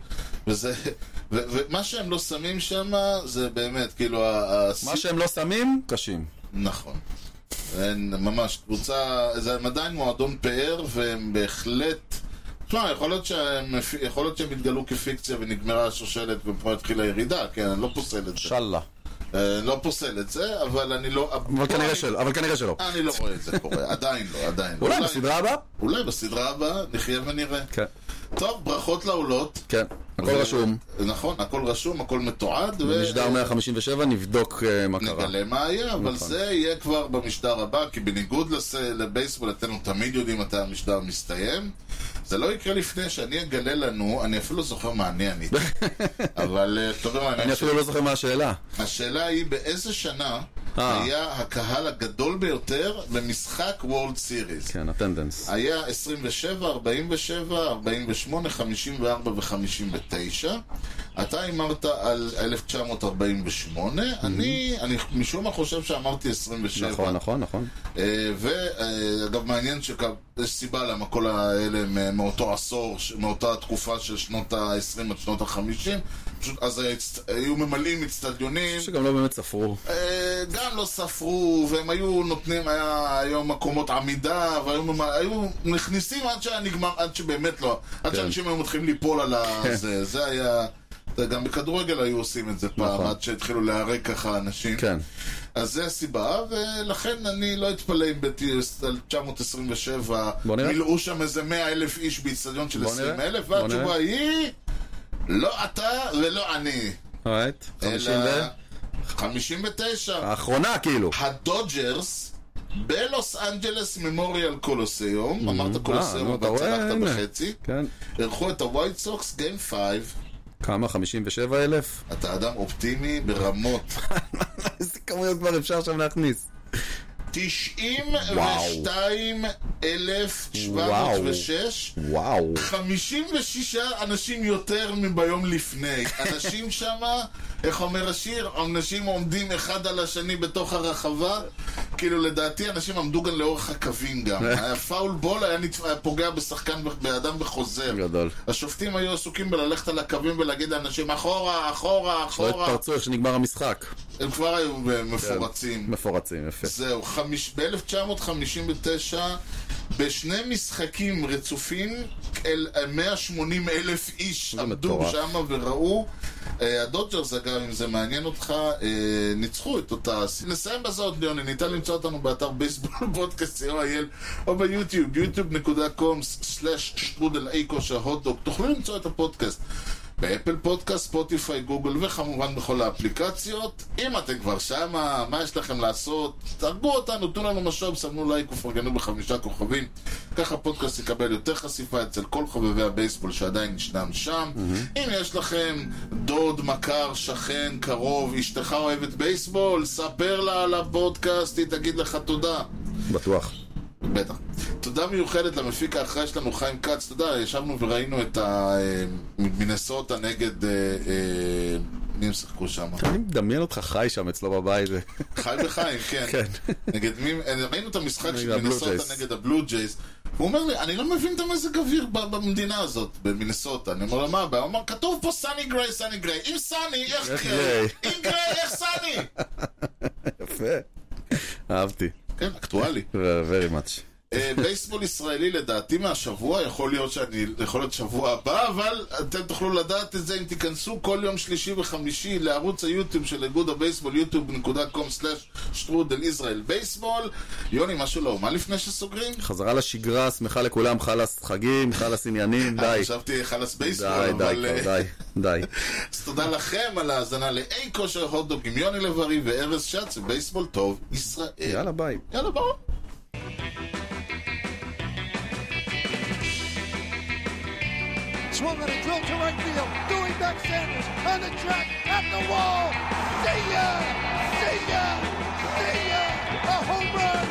ומה שהם לא שמים שם, זה באמת, כאילו... מה שהם לא שמים, קשים. נכון. ממש, קבוצה, הם עדיין מועדון פאר, והם בהחלט... תשמע, יכול להיות שהם התגלו כפיקציה, ונגמרה השושלת, ופה התחילה ירידה, כן, אני לא פוסל את זה. שאללה. לא פוסל את זה, אבל אני לא... אבל כנראה שלא. אני לא רואה את זה קורה, עדיין לא. אולי בסדרה הבאה? אולי בסדרה הבאה, נחיה ונראה. כן. טוב, ברכות לעולות. כן, הכל רשום. נכון, הכל רשום, הכל מתועד. במשדר 157 נבדוק מה קרה. נגלה מה היה, אבל זה יהיה כבר במשדר הבא, כי בניגוד לבייסבול, אתנו תמיד יודעים מתי המשדר מסתיים. זה לא יקרה לפני שאני אגלה לנו, אני אפילו זוכר מה אני עניתי. אבל אני אפילו לא זוכר מה השאלה. השאלה היא באיזה שנה היה הקהל הגדול ביותר במשחק וורלד סיריס. כן, הטנדנס. היה 27, 47, 48, 54 ו-59. אתה אמרת על 1948, אני משום מה חושב שאמרתי 27. נכון. ואגב מעניין שיש סיבה למה כל האלה מאותו עשור, מאותה תקופה של שנות ה-20 עד שנות ה-50, פשוט אז היו ממלאים אצטדיונים. שגם לא באמת ספרו. גם לא ספרו, והם היו נותנים, היו מקומות עמידה, והיו נכניסים עד שבאמת לא, עד שאנשים היו מתחילים ליפול על זה, זה היה... גם בכדורגל היו עושים את זה פעם, עד שהתחילו להיהרג ככה אנשים. כן. אז זה הסיבה, ולכן אני לא אתפלא אם ב-1927 מילאו שם איזה 100,000 איש באצטדיון של 20,000, והתשובה היא, לא אתה ולא אני. אלא 59. האחרונה כאילו. הדודג'רס בלוס אנג'לס ממוריאל קולוסיום, אמרת קולוסיום, אבל צלחת בחצי. כן. ערכו את הווייט סוקס גיים 5. כמה? 57,000? אתה אדם אופטימי ברמות. איזה כמויות כבר אפשר שם להכניס? 92,706. וואו. 56 אנשים יותר מביום לפני. אנשים שמה, איך אומר השיר? אנשים עומדים אחד על השני בתוך הרחבה. כאילו לדעתי אנשים עמדו גם לאורך הקווים גם. הפאול בול היה פוגע בשחקן, באדם בחוזר. גדול. השופטים היו עסוקים בללכת על הקווים ולהגיד לאנשים אחורה, אחורה, אחורה. לא התפרצו איך שנגמר המשחק. הם כבר היו מפורצים. מפורצים, יפה. זהו, ב-1959 בשני משחקים רצופים 180,000 איש עמדו שם וראו. הדודג'רס, אגב, אם זה מעניין אותך, ניצחו את אותה. נסיים בזאת, ליוני, ניתן למצוא אותנו באתר בייסבול פודקאסט co.il או ביוטיוב, youtube.com/strudel_hotdog. תוכלו למצוא את הפודקאסט באפל פודקאסט, ספוטיפיי, גוגל וכמובן בכל האפליקציות. אם אתם כבר שמה, מה יש לכם לעשות? תרגו אותנו, תנו לנו משוב, שמנו לייק ופרגנו ב5 כוכבים. ככה הפודקאסט יקבל יותר חשיפה אצל כל חובבי הבייסבול שעדיין ישנם שם. אם יש לכם דוד, מכר, שכן, קרוב, אשתך אוהבת בייסבול, ספר לה על הפודקאסט, היא תגיד לך תודה. בטוח. בטח. תודה מיוחדת למפיק האחראי שלנו, חיים כץ. תודה, ישבנו וראינו את מינסוטה נגד מי הם שחקו שם? אני מדמיין אותך חי שם אצלו בבית. חי בחיים, כן. נגד מי? ראינו את המשחק של מינסוטה נגד הבלו ג'ייז. הוא אומר לי, אני לא מבין את המזג אוויר במדינה הזאת, במינסוטה. אני אומר לו, מה הבעיה? הוא אומר, כתוב פה סני גריי, סני גריי. אם סני, איך גריי? אם גריי, איך סני? יפה. אהבתי. כן, אקטואלי. Very much. בייסבול ישראלי לדעתי מהשבוע, יכול להיות שבוע הבא, אבל אתם תוכלו לדעת את זה אם תיכנסו כל יום שלישי וחמישי לערוץ היוטיוב של איגוד הבייסבול, youtube.com/strudel_israel-baseball. יוני, משהו לא, מה לפני שסוגרים? חזרה לשגרה, שמחה לכולם, חלס חגים, חלס עניינים, די. חשבתי חלס בייסבול, אבל... די. אז תודה לכם על ההאזנה לאי כושר הוטדוג עם יוני לב-ארי וארז שץ, בייסבול טוב ישראל. יאללה ביי. יאללה ביי. Swung on a drill to right field. Doing back Sanders on the track at the wall. See ya! See ya! See ya! A home run!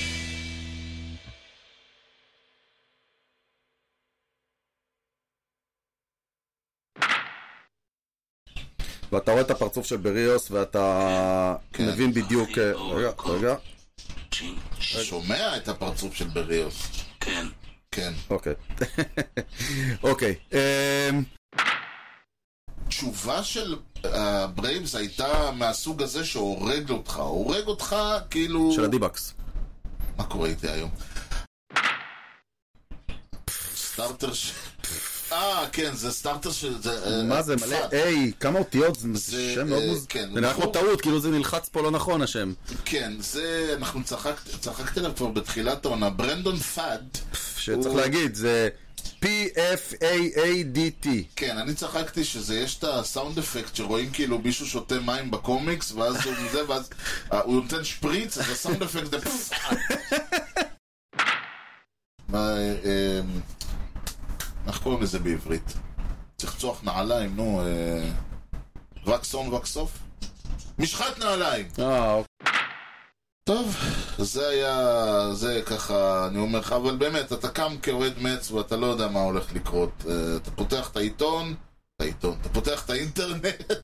ואתה רואה את הפרצוף של בריוס ואתה מבין בדיוק... רגע. שומע את הפרצוף של בריוס. כן. כן. אוקיי. תשובה של ברייבס הייתה מהסוג הזה שהורג אותך כאילו... של הדיבקס. מה קורה איתי היום? סטארטר כן, זה סטארטר של... מה זה מלא? כמה אותיות, זה שם מאוד מוזר. זה נראה כמו טעות, כאילו זה נלחץ פה לא נכון השם. כן, זה... אנחנו צחקתי עליו כבר בתחילת העונה, ברנדון פאד. שצריך להגיד, זה P-F-A-A-D-T. כן, אני צחקתי שזה, יש את הסאונד אפקט שרואים כאילו מישהו שותה מים בקומיקס, ואז הוא מזה, ואז הוא נותן שפריץ, אז הסאונד אפקט זה... איך קוראים לזה בעברית? צחצוח נעליים, נו, וקסון וקסוף? משחת נעליים! טוב, זה היה, זה ככה, אני אומר לך, אבל באמת, אתה קם כאוהד מצ ואתה לא יודע מה הולך לקרות. אתה פותח את העיתון, אתה פותח את האינטרנט,